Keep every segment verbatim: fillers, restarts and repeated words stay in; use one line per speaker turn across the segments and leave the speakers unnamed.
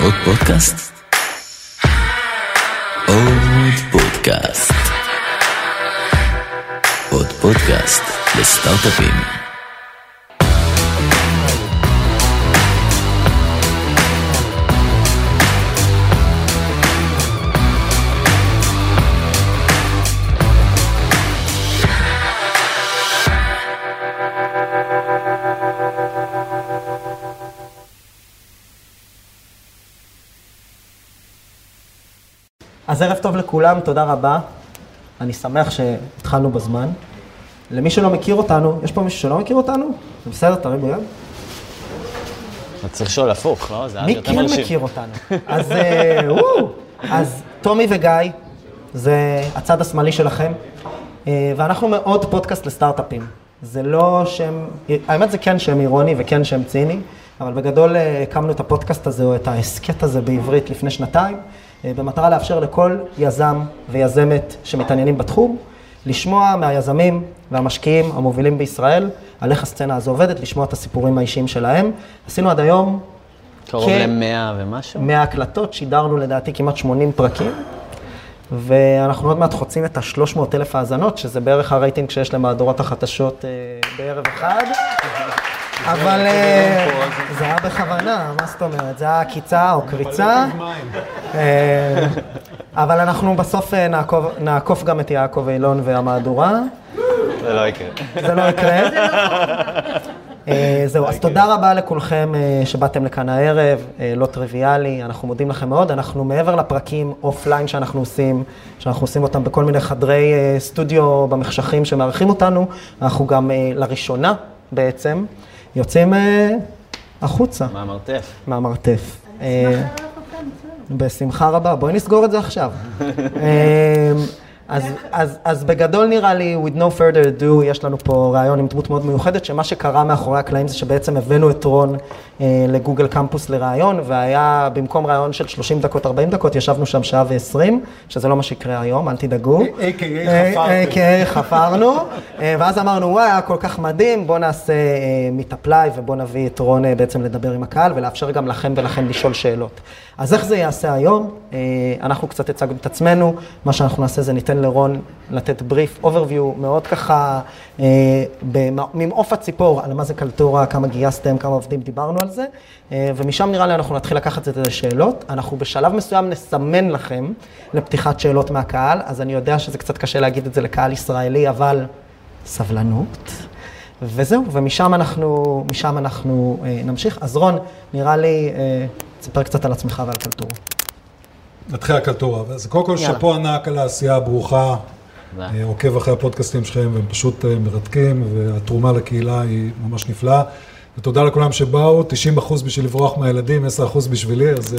עוד פודקאסט? עוד פודקאסט. עוד פודקאסט לסטארט-אפים.
אז ערב טוב לכולם, תודה רבה. אני שמח שהתחלנו בזמן. למי שלא מכיר אותנו, יש פה מישהו שלא מכיר אותנו? זה בסדר, תרים ביד.
אתה צריך שואל הפוך, לא? זה
מי כן מכיר אותנו? אז, וואו, אז תומי וגיא, זה הצד השמאלי שלכם, ואנחנו מאוד פודקאסט לסטארט-אפים. זה לא שם, האמת זה כן שם אירוני וכן שם ציני, אבל בגדול הקמנו את הפודקאסט הזה או את העסקת הזה בעברית לפני שנתיים, במטרה לאפשר לכל יזם ויזמת שמתעניינים בתחום, לשמוע מהיזמים והמשקיעים המובילים בישראל על איך הסצנה הזו עובדת, לשמוע את הסיפורים האישיים שלהם. עשינו עד היום
קרוב ל-מאה ומשהו.
מאה הקלטות, שידרנו לדעתי כמעט שמונים פרקים, ואנחנו עוד מעט חוצים את ה-שלוש מאות אלף האזנות, שזה בערך הרייטינג שיש למהדורות החדשות בערב אחד. אבל זה היה בכוונה, מה זאת אומרת? זה היה קיצה או קריצה. אבל אנחנו בסוף נעקוף גם את יעקב אילון והמהדורה.
זה לא יקרה.
זה לא יקרה. זהו, אז תודה רבה לכולכם שבאתם לכאן הערב, לא טריוויאלי, אנחנו מודים לכם מאוד. אנחנו מעבר לפרקים אופליין שאנחנו עושים, שאנחנו עושים אותם בכל מיני חדרי סטודיו במחשכים שמארחים אותנו, אנחנו גם לראשונה בעצם יוצאים החוצה.
מהמרתף.
מהמרתף. בשמחה רבה, בואי נסגור את זה עכשיו. אז, אז, אז בגדול נראה לי, with no further ado, יש לנו פה רעיון עם דמות מאוד מיוחדת, שמה שקרה מאחורי הקלעים זה שבעצם הבאנו את רון אה, לגוגל קמפוס לרעיון, והיה במקום רעיון של שלושים דקות, ארבעים דקות, ישבנו שם שעה ועשרים, שזה לא מה שיקרה היום, אל תדאגו.
איי קיי איי חפרתם.
איי קיי איי חפרנו, אה, ואז אמרנו, וואי, היה כל כך מדהים, בוא נעשה אה, מיט-אפליי, ובוא נביא את רון אה, בעצם לדבר עם הקהל, ולאפשר גם לכם ולכם לשאול שאלות. אז איך זה יעשה היום? אנחנו קצת הצגנו את עצמנו, מה שאנחנו נעשה זה ניתן לרון לתת בריף, אוברוויו, מאוד ככה, ממעוף הציפור, על מה זה קלטורה, כמה גייסתם, כמה עובדים, דיברנו על זה, ומשם נראה לי אנחנו נתחיל לקחת את זה לשאלות. אנחנו בשלב מסוים נסמן לכם לפתיחת שאלות מהקהל, אז אני יודע שזה קצת קשה להגיד את זה לקהל ישראלי, אבל סבלנות. וזהו, ומשם אנחנו, משם אנחנו נמשיך. אז רון, נראה לי, תספר קצת על עצמך ועל קלטורה.
נתחיל על קלטורה. אז קודם כל שפה ענק על העשייה הברוכה, עוקב אחרי הפודקאסטים שלכם, והם פשוט מרתקים, והתרומה לקהילה היא ממש נפלאה. ותודה לכולם שבאו, תשעים אחוז בשביל לברוח מהילדים, עשרה אחוז בשבילי, אז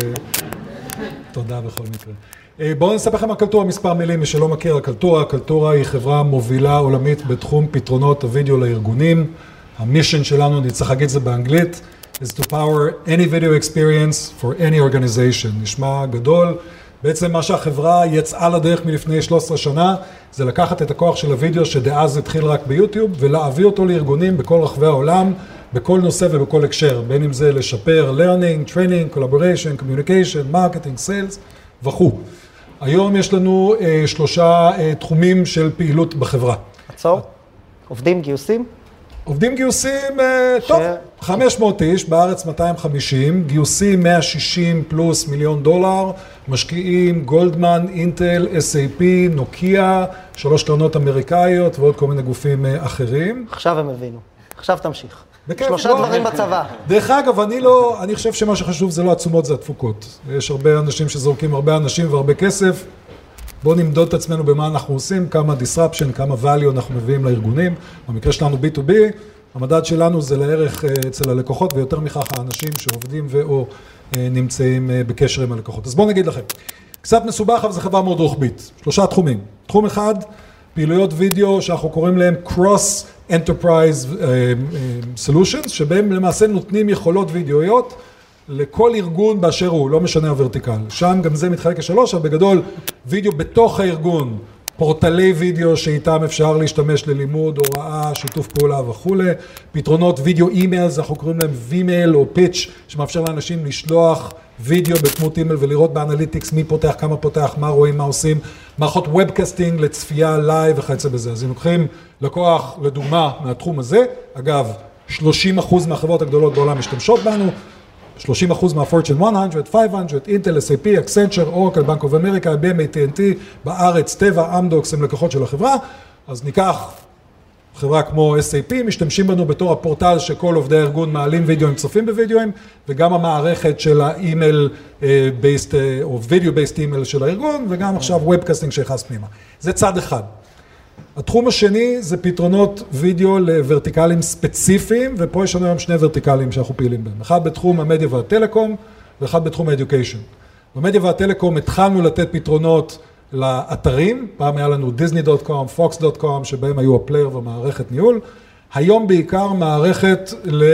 תודה בכל מקרה. בואו נספר לכם על קלטורה מספר מילים, מי שלא מכיר על קלטורה. קלטורה היא חברה מובילה עולמית בתחום פתרונות הוידאו לארגונים. המישן שלנו, אני צריך להגיד את זה באנגלית, is to power any video experience for any organization. נשמע גדול. בעצם מה שהחברה יצאה לדרך מלפני שלוש עשרה שנה, זה לקחת את הכוח של הוידאו שדאז התחיל רק ביוטיוב, ולהביא אותו לארגונים בכל רחבי העולם, בכל נושא ובכל הקשר, בין אם זה לשפר learning, training, collaboration, communication, marketing, sales וכו'. היום יש לנו אה, שלושה אה, תחומים של פעילות בחברה.
עצור, עובדים גיוסים?
עובדים גיוסים, אה, ש... טוב, חמש מאות איש, בארץ מאתיים וחמישים, גיוסים מאה ושישים פלוס מיליון דולר, משקיעים גולדמן, אינטל, אס איי פי, נוקיה, שלוש קרנות אמריקאיות ועוד כל מיני גופים אה, אחרים.
עכשיו הם הבינו, עכשיו תמשיך.
בכיף,
שלושה
לא,
דברים בצבא.
דרך אגב, אני לא, אני חושב שמה שחשוב זה לא התשומות, זה התפוקות. יש הרבה אנשים שזורקים הרבה אנשים והרבה כסף. בואו נמדוד את עצמנו במה אנחנו עושים, כמה disruption, כמה value אנחנו מביאים לארגונים. במקרה שלנו בי טו בי, המדד שלנו זה לערך אצל הלקוחות, ויותר מכך האנשים שעובדים ואו נמצאים בקשר עם הלקוחות. אז בואו נגיד לכם, קצת מסובך, אבל זו חברה מאוד רוחבית. שלושה תחומים. תחום אחד, פעילויות וידאו שאנחנו קוראים להם Cross Enterprise Solutions, שבהם למעשה נותנים יכולות וידאויות לכל ארגון באשר הוא, לא משנה הוורטיקל. שם גם זה מתחלק לשלוש, אבל בגדול וידאו בתוך הארגון, פורטלי וידאו שאיתם אפשר להשתמש ללימוד, הוראה, שיתוף פעולה וכו'. פתרונות וידאו אימיילס, אנחנו קוראים להם וימייל או פיץ', שמאפשר לאנשים לשלוח וידאו בתמות אימייל ולראות באנליטיקס מי פותח, כמה פותח, מה רואים, מה עושים, מערכות ובקאסטינג לצפייה לייב וכיוצא בזה. אז אם לוקחים לקוח, לדוגמה, מהתחום הזה, אגב, שלושים אחוז מהחברות הגדולות בעולם משתמשות בנו, שלושים אחוז מה-Fortune מאה, חמש מאות, אינטל, אס איי פי, Accenture, Oracle, Bank of America, איי בי אם, איי טי אנד טי, בארץ, טבע, אמדוקס, הם לקוחות של החברה, אז ניקח חברה כמו אס איי פי, משתמשים בנו בתור הפורטל שכל עובדי הארגון מעלים וידאוים, צופים בוידאוים, וגם המערכת של האימייל בייסט, או וידאו בייסט אימייל של הארגון, וגם עכשיו ובקאסטינג שיחס פנימה. זה צד אחד. התחום השני זה פתרונות וידאו לוורטיקלים ספציפיים, ופה יש לנו היום שני ורטיקלים שאנחנו פעילים בהם. אחד בתחום המדיה והטלקום, ואחד בתחום האדיוקיישן. במדיה והטלקום התחלנו לתת פתרונות לאתרים, פעם היה לנו דיסני דוט קום, פוקס דוט קום, שבהם היו הפלייר ומערכת ניהול. היום בעיקר מערכת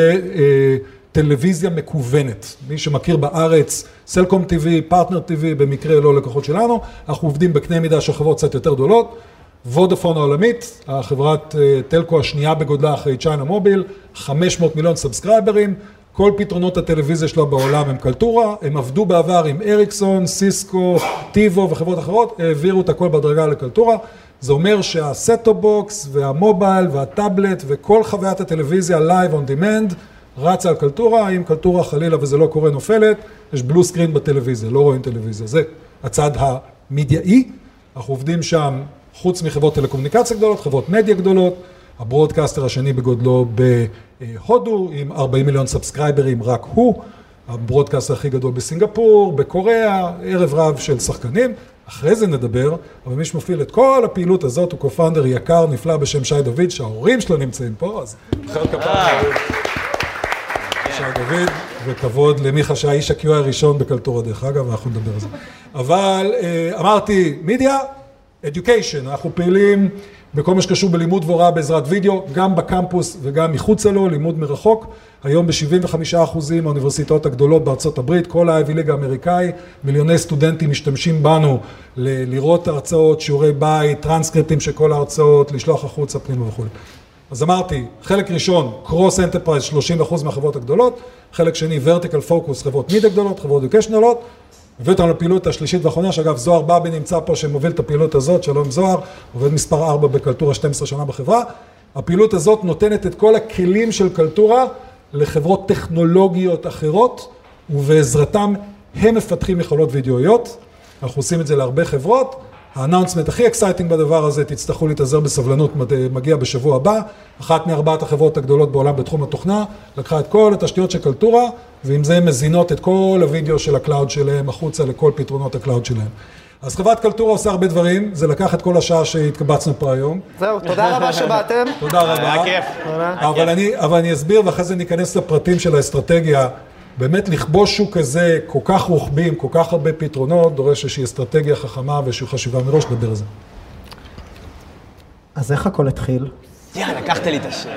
לטלוויזיה מקוונת. מי שמכיר בארץ, סלקום טי וי, פרטנר טי וי, במקרה לא לקוחות שלנו, אנחנו עובדים בקנה מידה של חברות קצת יותר גדולות. וודאפון העולמית, החברת טלקו השנייה בגודלה אחרי צ'יינה מוביל, חמש מאות מיליון סאבסקרייברים, כל פתרונות הטלוויזיה שלה בעולם הם קלטורה, הם עבדו בעבר עם אריקסון, סיסקו, טיבו וחברות אחרות, העבירו את הכל בדרגה לקלטורה, זה אומר שהסט-טופ בוקס והמובייל והטאבלט וכל חוויית הטלוויזיה Live on Demand רצה על קלטורה, אם קלטורה חלילה וזה לא קורה נופלת, יש בלו סקרין בטלוויזיה, לא רואים טלוויזיה, זה הצד המדייאי, אנחנו עובדים שם חוץ מחברות טלקומוניקציה גדולות, חברות מדיה גדולות, הברודקאסטר השני בגודלו בהודו, עם ארבעים מיליון סאבסקרייברים, רק הוא, הברודקאסטר הכי גדול בסינגפור, בקוריאה, ערב רב של שחקנים, אחרי זה נדבר, אבל מי שמפעיל את כל הפעילות הזאת הוא קו-פאונדר יקר, נפלא בשם שי דוד, שההורים שלו נמצאים פה, אז חלק הפעם שי דוד, וכבוד למיכה שהאיש ה-קיו איי הראשון בקלטורה דרך אגב, ואנחנו נדבר על זה. אבל אמרתי, מידיה, education, אנחנו פעילים בכל מה שקשור בלימוד והוראה בעזרת וידאו, גם בקמפוס וגם מחוצה לו, לימוד מרחוק. היום ב-שבעים וחמישה אחוז מהאוניברסיטאות הגדולות בארצות הברית, כל ה-איי וי ליג האמריקאי, מיליוני סטודנטים משתמשים בנו ל- לראות הרצאות, שיעורי בית, טרנסקריפטים של כל ההרצאות, לשלוח החוצה פנימה וכו'. אז אמרתי, חלק ראשון, קרוס אנטרפרייז, שלושים אחוז מהחברות הגדולות, חלק שני, ורטיקל פוקוס, חברות מידיה גדולות, חברות education גדולות, הביא אותנו לפעילות השלישית והאחרונה, שאגב זוהר בבי נמצא פה שמוביל את הפעילות הזאת, שלום זוהר, עובד מספר ארבע בקלטורה, שתים עשרה שנה בחברה. הפעילות הזאת נותנת את כל הכלים של קלטורה לחברות טכנולוגיות אחרות, ובעזרתם הם מפתחים יכולות וידאויות. אנחנו עושים את זה להרבה חברות. האנאונסמנט הכי אקסייטינג בדבר הזה, תצטרכו להתאזר בסבלנות, מגיע בשבוע הבא. אחת מארבעת החברות הגדולות בעולם בתחום התוכנה, לקחה את כל התשתיות של קלטורה, ועם זה הם מזינות את כל הוידאו של הקלאוד שלהם, החוצה לכל פתרונות הקלאוד שלהם. אז חברת קלטורה עושה הרבה דברים, זה לקח את כל השעה שהתקבצנו פה היום.
זהו, תודה רבה שבאתם.
תודה רבה.
היה כיף.
אבל אני, אבל אני אסביר, ואחרי זה ניכנס לפרטים של האסטרטגיה. באמת לכבוש שוק כזה, כל כך רוחבי, עם כל כך הרבה פתרונות, דורש איזושהי אסטרטגיה חכמה ואיזושהי חשיבה מראש, לדבר על זה.
אז איך הכל התחיל?
יאללה, לקחת לי את השם.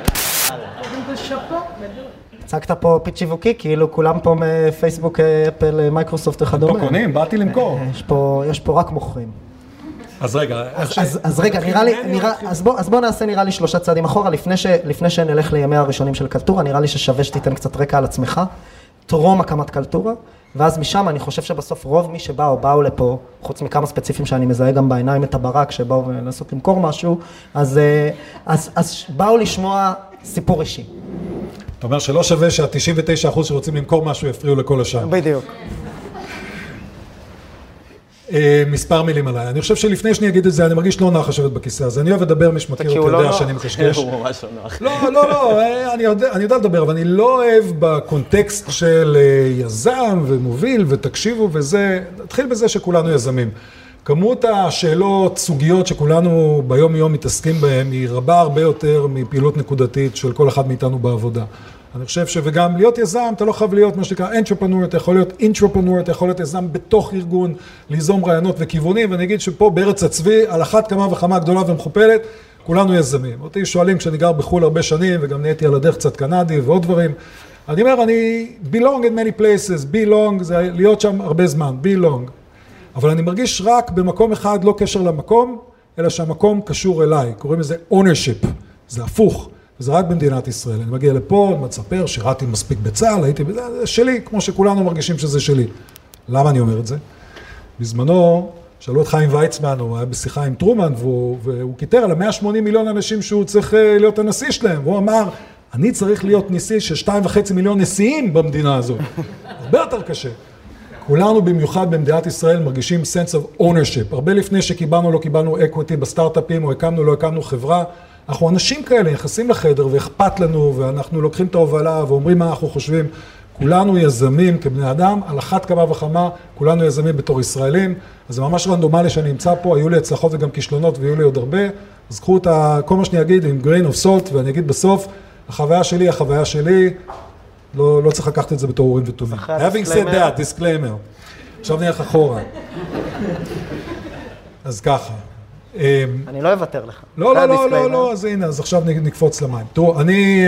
הצגת פה פיץ' שיווקי, כאילו כולם פה מפייסבוק, אפל, מייקרוסופט וכדומה.
פה קונים, באתי למכור.
יש פה, יש פה רק מוכרים.
אז רגע,
אז, אז, אז רגע, נראה לי, נראה, אז בוא, אז בוא נעשה נראה לי שלושה צעדים אחורה, לפני ש, לפני שנלך לימי הראשונים של קלטורה, נראה לי ששווה שתיתן קצת רקע על עצמך, טרום הקמת קלטורה, ואז משם אני חושב שבסוף רוב מי שבאו, באו לפה, חוץ מכמה ספציפיים שאני מזהה גם בעיניים את הברק, שבאו לנסות למכור משהו, אז, אז, אז באו לשמוע סיפור אישי.
אתה אומר שלא שווה שה-תשעים ותשעה אחוז שרוצים למכור משהו יפריעו לכל השאר.
בדיוק.
מספר מילים עליי. אני חושב שלפני שאני אגיד את זה, אני מרגיש לא נוח לשבת בכיסא הזה. אני אוהב לדבר, מי שמכיר אותי יודע שאני מקשקש.
הוא ממש לא נוח.
לא, לא, לא, אני יודע, אני יודע לדבר, אבל אני לא אוהב בקונטקסט של יזם ומוביל ותקשיבו וזה, נתחיל בזה שכולנו יזמים. כמות השאלות, סוגיות שכולנו ביום יום מתעסקים בהן, היא רבה הרבה יותר מפעילות נקודתית של כל אחד מאיתנו בעבודה. אני חושב שגם להיות יזם, אתה לא חייב להיות מה שנקרא entrepreneur, אתה יכול להיות intrapreneur, אתה יכול להיות יזם בתוך ארגון, ליזום רעיונות וכיוונים, ואני אגיד שפה בארץ הצבי, על אחת כמה וכמה גדולה ומכופלת, כולנו יזמים. אותי שואלים כשאני גר בחול הרבה שנים, וגם נהייתי על הדרך קצת קנדי ועוד דברים, אני אומר, אני belong in many places, belong זה להיות שם הרבה זמן, belong. אבל אני מרגיש רק במקום אחד, לא קשר למקום, אלא שהמקום קשור אליי, קוראים לזה ownership, זה הפוך. וזה רק במדינת ישראל. אני מגיע לפה, אני מספר, שירתי מספיק בצה"ל, הייתי, זה שלי, כמו שכולנו מרגישים שזה שלי. למה אני אומר את זה? בזמנו, שאלו את חיים ויצמן, הוא היה בשיחה עם טרומן, והוא, והוא כיתר על ה-מאה ושמונים מיליון אנשים שהוא צריך להיות הנשיא שלהם, והוא אמר, אני צריך להיות נשיא של שתיים וחצי מיליון נשיאים במדינה הזאת. הרבה יותר קשה. כולנו במיוחד במדינת ישראל מרגישים sense of ownership. הרבה לפני שקיבלנו, לא קיבלנו equity בסטארט-אפים, או הקמנו, לא הקמנו חברה. אנחנו אנשים כאלה, נכנסים לחדר ואכפת לנו, ואנחנו לוקחים את ההובלה ואומרים מה אנחנו חושבים. כולנו יזמים כבני אדם, על אחת כמה וכמה, כולנו יזמים בתור ישראלים. אז זה ממש רנדומלי שאני אמצא פה, היו לי הצלחות וגם כישלונות, והיו לי עוד הרבה. אז קחו את כל מה שאני אגיד עם grain of salt, ואני אגיד בסוף, החוויה שלי, החוויה שלי, לא, לא צריך לקחת את זה בתור אורים ותומים. Having said that, disclaimer. עכשיו נלך אחורה. אז ככה.
אני לא אוותר לך.
לא, לא, לא, לא, לא, אז הנה, אז עכשיו נקפוץ למים. תראו, אני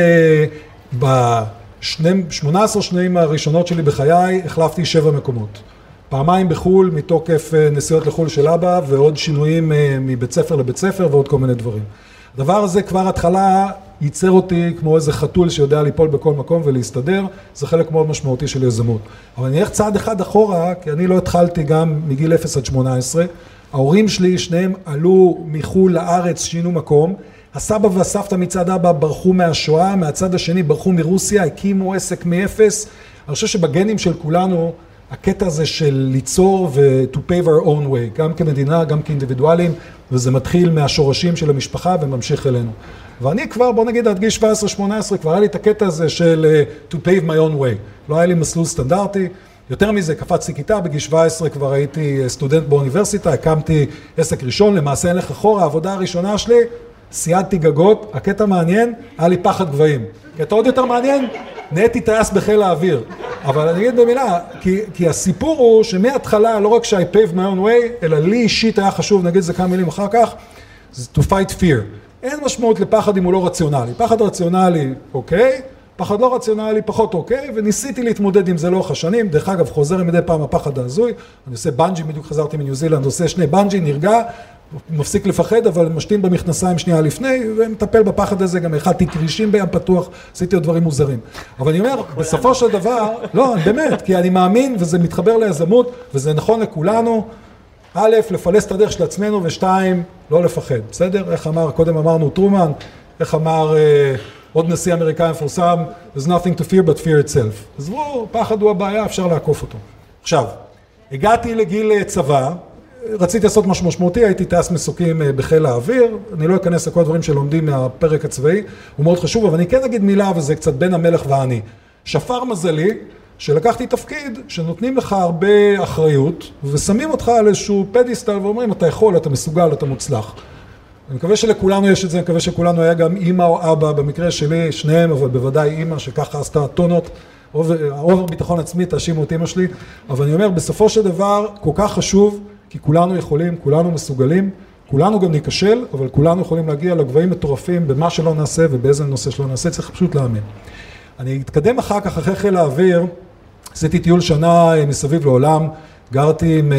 ב-שמונה עשרה שנים הראשונות שלי בחיי, החלפתי שבע מקומות. פעמיים בחול, מתוקף נסיעות לחול של אבא, ועוד שינויים מבית ספר לבית ספר, ועוד כל מיני דברים. הדבר הזה כבר התחלה ייצר אותי כמו איזה חתול שיודע ליפול בכל מקום ולהסתדר, זה חלק מאוד משמעותי של יזמות. אבל אני אלך צעד אחד אחורה, כי אני לא התחלתי גם מגיל אפס עד שמונה עשרה, ההורים שלי, שניהם עלו מחול לארץ, שינו מקום, הסבא והסבתא מצד אבא ברחו מהשואה, מהצד השני ברחו מרוסיה, הקימו עסק מאפס. אני חושב שבגנים של כולנו, הקטע הזה של ליצור ו- to pave our own way, גם כמדינה, גם כאינדיבידואלים, וזה מתחיל מהשורשים של המשפחה וממשיך אלינו. ואני כבר, בוא נגיד, עד גיל שבע עשרה שמונה עשרה, כבר היה לי את הקטע הזה של uh, to pave my own way. לא היה לי מסלול סטנדרטי. יותר מזה, קפצתי כיתה, בגיל שבע עשרה כבר הייתי סטודנט באוניברסיטה, הקמתי עסק ראשון, למעשה אין לך אחורה, העבודה הראשונה שלי, סיידתי גגות, הקטע מעניין, היה לי פחד גבהים. קטע עוד יותר מעניין, נהייתי טייס בחיל האוויר. אבל אני אגיד במילה, כי, כי הסיפור הוא שמההתחלה, לא רק ש-I paved my own way, אלא לי אישית היה חשוב, נגיד זה כמה מילים אחר כך, זה to fight fear. אין משמעות לפחד אם הוא לא רציונלי. פחד רציונלי, אוקיי, פחד לא רציונלי, פחות אוקיי, וניסיתי להתמודד עם זה לאורך השנים. דרך אגב, חוזר מדי פעם הפחד ההזוי, אני עושה בנג'י, בדיוק חזרתי מניו זילנד, עושה שני בנג'י, נרגע, מפסיק לפחד, אבל משתין במכנסיים שנייה לפני, ומטפל בפחד הזה, גם אחד תקרישים בים פתוח, עשיתי עוד דברים מוזרים. אבל אני אומר, בסופו של דבר, לא, באמת, כי אני מאמין, וזה מתחבר ליזמות, וזה נכון לכולנו, א', לפלס את הדרך של עצמנו, ושתיים, לא לפחד, בסדר? איך אמר, קודם אמרנו טרומן, איך אמר אה, עוד נשיא אמריקאי מפורסם, there's nothing to fear but fear itself. אז בואו, פחד הוא הבעיה, אפשר לעקוף אותו. עכשיו, הגעתי לגיל צבא, רציתי לעשות משהו משמעותי, הייתי טייס מסוקים בחיל האוויר, אני לא אכנס לכל הדברים שלומדים מהפרק הצבאי, הוא מאוד חשוב, אבל אני כן אגיד מילה, וזה קצת בין המלך ואני. שפר מזלי, שלקחתי תפקיד שנותנים לך הרבה אחריות, ושמים אותך על איזשהו פדיסטל ואומרים, אתה יכול, אתה מסוגל, אתה מוצלח. אני מקווה שלכולנו יש את זה, אני מקווה שכולנו היה גם אמא או אבא, במקרה שלי, שניהם, אבל בוודאי אמא שככה עשתה טונות, האובר ביטחון עצמי, תאשימו את אמא שלי, אבל אני אומר, בסופו של דבר, כל כך חשוב, כי כולנו יכולים, כולנו מסוגלים, כולנו גם ניקשל, אבל כולנו יכולים להגיע לגבהים מטורפים במה שלא נעשה ובאיזה נושא שלא נעשה, צריך פשוט להאמין. אני אתקדם אחר כך, אחרי חיל האוויר, עשיתי טיול שנה מסביב לעולם, גרתי עם,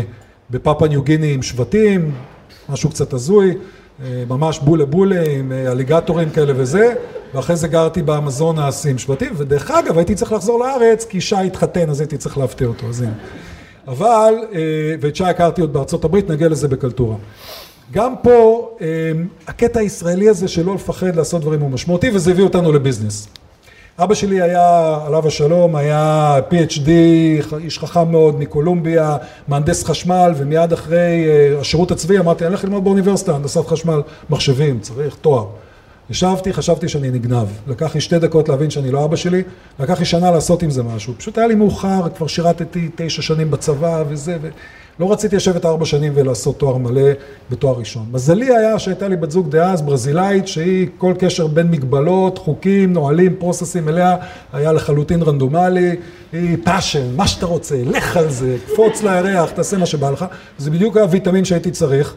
בפאפה ניו גיני עם שבטים, משהו קצת הזוי, ממש בולה בולה עם אליגטורים כאלה וזה, ואחרי זה גרתי באמזונס עם שבטים, ודרך אגב הייתי צריך לחזור לארץ, כי שי התחתן, אז הייתי צריך להפתיע אותו, אז הנה. אבל, ואת שי הכרתי עוד בארצות הברית, נגיע לזה בקלטורה. גם פה, הקטע הישראלי הזה שלא לפחד לעשות דברים הוא משמעותי, וזה הביא אותנו לביזנס. אבא שלי היה, עליו השלום, היה פי אייץ' די, איש חכם מאוד מקולומביה, מהנדס חשמל, ומיד אחרי השירות הצבאי אמרתי, אני הולך ללמוד באוניברסיטה, הנדסת חשמל, מחשבים, צריך תואר. ישבתי, חשבתי שאני נגנב. לקח לי שתי דקות להבין שאני לא אבא שלי, לקח לי שנה לעשות עם זה משהו. פשוט היה לי מאוחר, כבר שירתתי תשע שנים בצבא וזה, ולא רציתי לשבת ארבע שנים ולעשות תואר מלא בתואר ראשון. מזלי היה שהייתה לי בת זוג דאז, ברזילאית, שהיא כל קשר בין מגבלות, חוקים, נועלים, פרוססים אליה, היה לחלוטין רנדומלי, היא פאשן, מה שאתה רוצה, לך על זה, קפוץ לירח, תעשה מה שבא לך. זה בדיוק הוויטמין שהייתי צריך.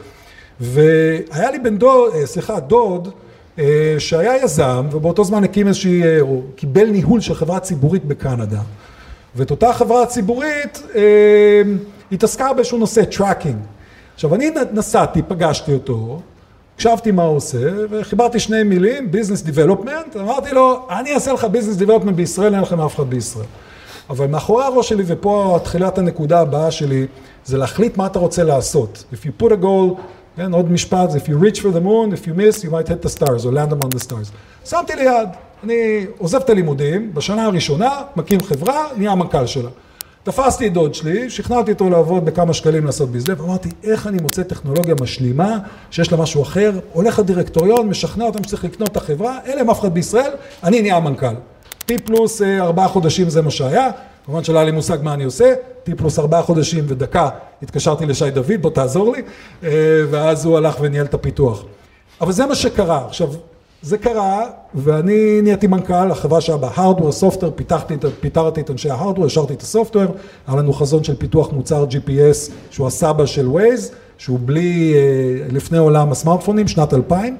והיה לי בן דוד, סליחה, דוד, שהיה יזם, ובאותו זמן הקים איזושהי, או קיבל ניהול של חברה ציבורית בקנדה. ואת אותה חברה ציבורית התעסקה באיזשהו נושא, טראקינג. עכשיו, אני נסעתי, פגשתי אותו, הקשבתי מה הוא עושה, וחיברתי שני מילים, ביזנס דיבלופמנט, אמרתי לו, אני אעשה לך ביזנס דיבלופמנט בישראל, אין לכם אף אחד בישראל. אבל מאחורי הראש שלי, ופה תחילת הנקודה הבאה שלי, זה להחליט מה אתה רוצה לעשות. If you put a goal, כן, עוד משפט, if you reach for the moon, if you miss, you might hit the stars, or land among the stars. שמתי לי יד, אני עוזב את הלימודים, בשנה הראשונה, מקים חברה, נהיה המנכ"ל שלה. תפסתי את דוד שלי, שכנעתי אותו לעבוד בכמה שקלים לעשות ביזנס, ואמרתי, איך אני מוצא טכנולוגיה משלימה, שיש לה משהו אחר, הולך לדירקטוריון, משכנע אותם שצריך לקנות את החברה, אין להם אף אחד בישראל, אני נהיה המנכ"ל. T פלוס ארבעה חודשים זה מה שהיה, כמובן שלא היה לי מושג מה אני עושה, T פלוס ארבעה חודשים ודקה, התקשרתי לשי דוד, בוא תעזור לי, ואז הוא הלך וניהל את הפיתוח. אבל זה מה שקרה. עכשיו, זה קרה, ואני נהייתי מנכ"ל, החברה שהיה בהארדוור, סופטוור, פיתחתי, פיתרתי את אנשי ההארדוור, השארתי את הסופטוור, היה לנו חזון של פיתוח מוצר ג'י פי אס, שהוא הסבא של ווייז, שהוא בלי, לפני עולם הסמארטפונים, שנת אלפיים,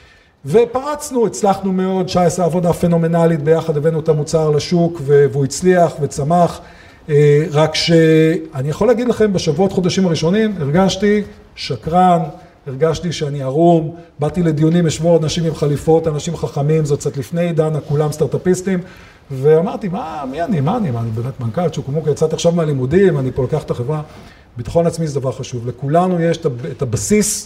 ופרצנו, הצלחנו מאוד, שי עשה עבודה פנומנלית, ביחד הבאנו את המוצר לשוק, והוא הצליח וצמח, רק שאני יכול להגיד לכם, בשבועות חודשים הראשונים, הרגשתי שקרן, הרגשתי שאני ערום, באתי לדיונים, ישבו אנשים עם חליפות, אנשים חכמים, זאת קצת לפני עידן, כולם סטארט-אפיסטים, ואמרתי, מה, מי אני, מה אני, מה אני באמת מנכ"ל, צ'וקמוק, יצאתי עכשיו מהלימודים, אני פה לוקח את החברה, ביטחון עצמי זה דבר חשוב, לכולנו יש את הבסיס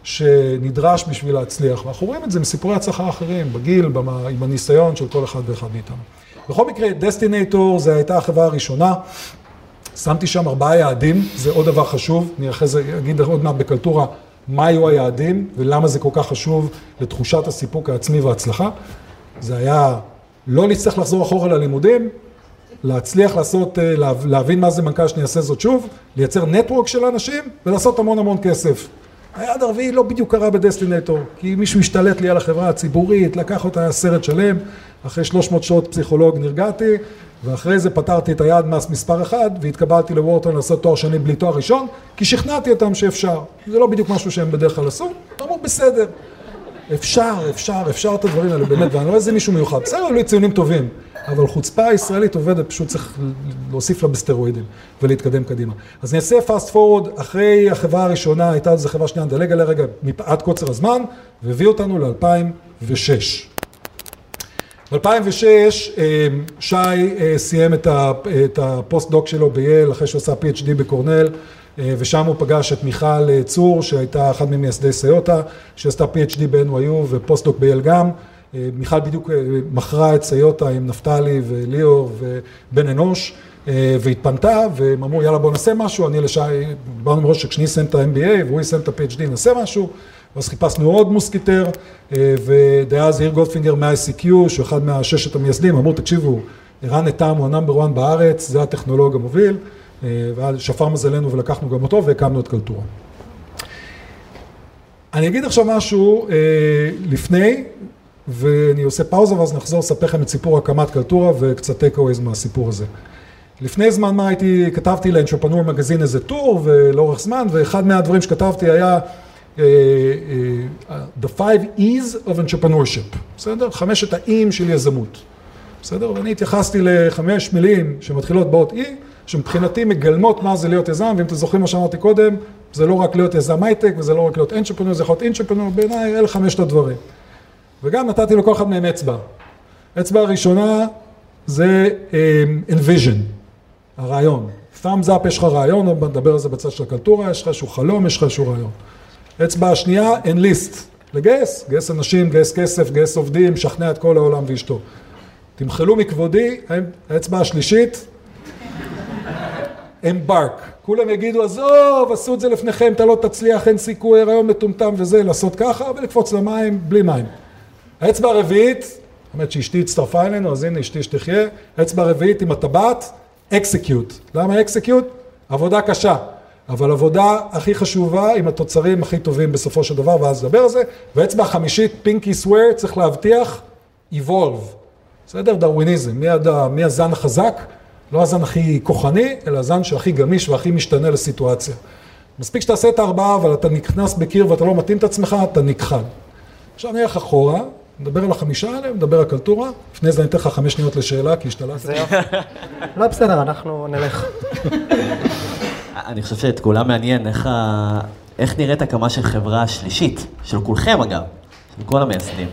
שנדרש בשביל להצליח, ואנחנו רואים את זה מסיפורי הצלחה אחרים, בגיל, עם הניסיון של כל אחד ואחד מאיתנו. בכל מקרה, דסטינטור, זה הייתה החברה הראשונה, שמתי שם ארבעה יעדים, זה עוד דבר חשוב, אני אחרי זה אגיד עוד מעט בקלטורה, מה היו היעדים ולמה זה כל כך חשוב לתחושת הסיפוק העצמי וההצלחה. זה היה לא להצטרך לחזור אחורה ללימודים, להצליח לעשות, להבין מה זה מנכ"ל שאני אעשה זאת שוב, לייצר נטוורק של אנשים ולעשות המון המון כסף. היעד הרביעי לא בדיוק קרה בדסטינטור, כי מישהו השתלט לי על החברה הציבורית, לקח אותה סרט שלם, אחרי שלוש מאות שעות פסיכולוג נרגעתי, ואחרי זה פתרתי את היעד מס מספר אחד, והתקבלתי לוורטון לעשות תואר שני בלי תואר ראשון, כי שכנעתי אותם שאפשר. זה לא בדיוק משהו שהם בדרך כלל עשו, אמרו בסדר. אפשר, אפשר, אפשר את הדברים האלה, באמת, ואני לא איזה מישהו מיוחד. בסדר, לא ציונים טובים, אבל חוצפה הישראלית עובדת, פשוט צריך להוסיף לה בסטרואידים ולהתקדם קדימה. אז אני אעשה פאסט פורוד, אחרי החברה הראשונה, הייתה איזו חברה שנייה, נדלג עליה רגע מפאת קוצר הזמן, והביא אותנו ל-אלפיים ושש. ב-אלפיים ושש שי סיים את הפוסט-דוק שלו בייל, אחרי שהוא עשה פי אייץ' די בקורנל, ושם הוא פגש את מיכל צור, שהייתה אחת ממייסדי סיוטה, שעשתה פי אייץ' די ב-אן וואי יו ופוסט-דוק בייל גם. מיכל בדיוק מכרה את סיוטה עם נפתלי וליאור ובן אנוש, והתפנתה, והם אמרו, יאללה בוא נעשה משהו, אני לשי, דיברנו מראש שכשאני אסיים את ה-אם בי איי והוא יסיים את ה-פי אייץ' די נעשה משהו, ואז חיפשנו עוד מוסקיטר, ודאז יאיר גולדפינגר מה-איי סי קיו, שהוא אחד מהששת המייסדים, אמרו, תקשיבו, ערן נתם הוא הנאמבר אחד בארץ, זה הטכנולוג המוביל, ושפר מזלנו ולקחנו גם אותו, והקמנו את קלטורה. אני אגיד עכשיו משהו לפני, ואני עושה פאוזה, ואז נחזור לספר לכם את סיפור הקמת קלטורה, וקצת טייק-אווייז מהסיפור הזה. לפני זמן מה הייתי, כתבתי לאנטרפרנור מגזין איזה טור, ולאורך זמן, ואחד מהדברים שכתבתי היה, The five E's of entrepreneurship, בסדר? חמשת האיים של יזמות, בסדר? ואני התייחסתי לחמש מילים שמתחילות באות E, שמבחינתי מגלמות מה זה להיות יזם, ואם אתם זוכרים מה שאמרתי קודם, זה לא רק להיות יזם הייטק, וזה לא רק להיות entrepreneur, זה יכול להיות entrepreneur, בעיניי אלה חמשת הדברים. וגם נתתי לכל אחד מהם אצבע. אצבע הראשונה זה envision, הרעיון. thumbs up, יש לך רעיון, נדבר על זה בצד של הקלטורה, יש לך איזשהו חלום, יש לך איזשהו רעיון. אצבע השנייה, enlist, לגייס, גייס אנשים, גייס כסף, גייס עובדים, שכנע את כל העולם ואשתו. תמחלו מכבודי, האצבע השלישית, embark. כולם יגידו, עזוב, עשו את זה לפניכם, אתה לא תצליח, אין סיכוי, רעיון מטומטם וזה, לעשות ככה, ולקפוץ למים, בלי מים. האצבע הרביעית, האמת שאשתי הצטרפה אלינו, אז הנה אשתי שתחיה, האצבע הרביעית עם הטבעת, execute. למה execute? עבודה קשה. אבל עבודה הכי חשובה עם התוצרים הכי טובים בסופו של דבר, ואז נדבר על זה. והאצבע החמישית, פינקי סוואר, צריך להבטיח, evolve. בסדר? דרוויניזם. מי, הד... מי הזן החזק? לא הזן הכי כוחני, אלא הזן שהכי גמיש והכי משתנה לסיטואציה. מספיק שתעשה את הארבעה, אבל אתה נכנס בקיר ואתה לא מתאים את עצמך, אתה נכחד. עכשיו נלך אחורה, נדבר על החמישה האלה, נדבר על קלטורה. לפני זה אני אתן לך חמש שניות לשאלה, כי השתלטתי.
זה יופי. לא בסדר, אנחנו נלך.
אני חושב שאת כולם מעניין איך
איך נראית הקמה של חברה שלישית, של כולכם אגב, של כל המייסדים?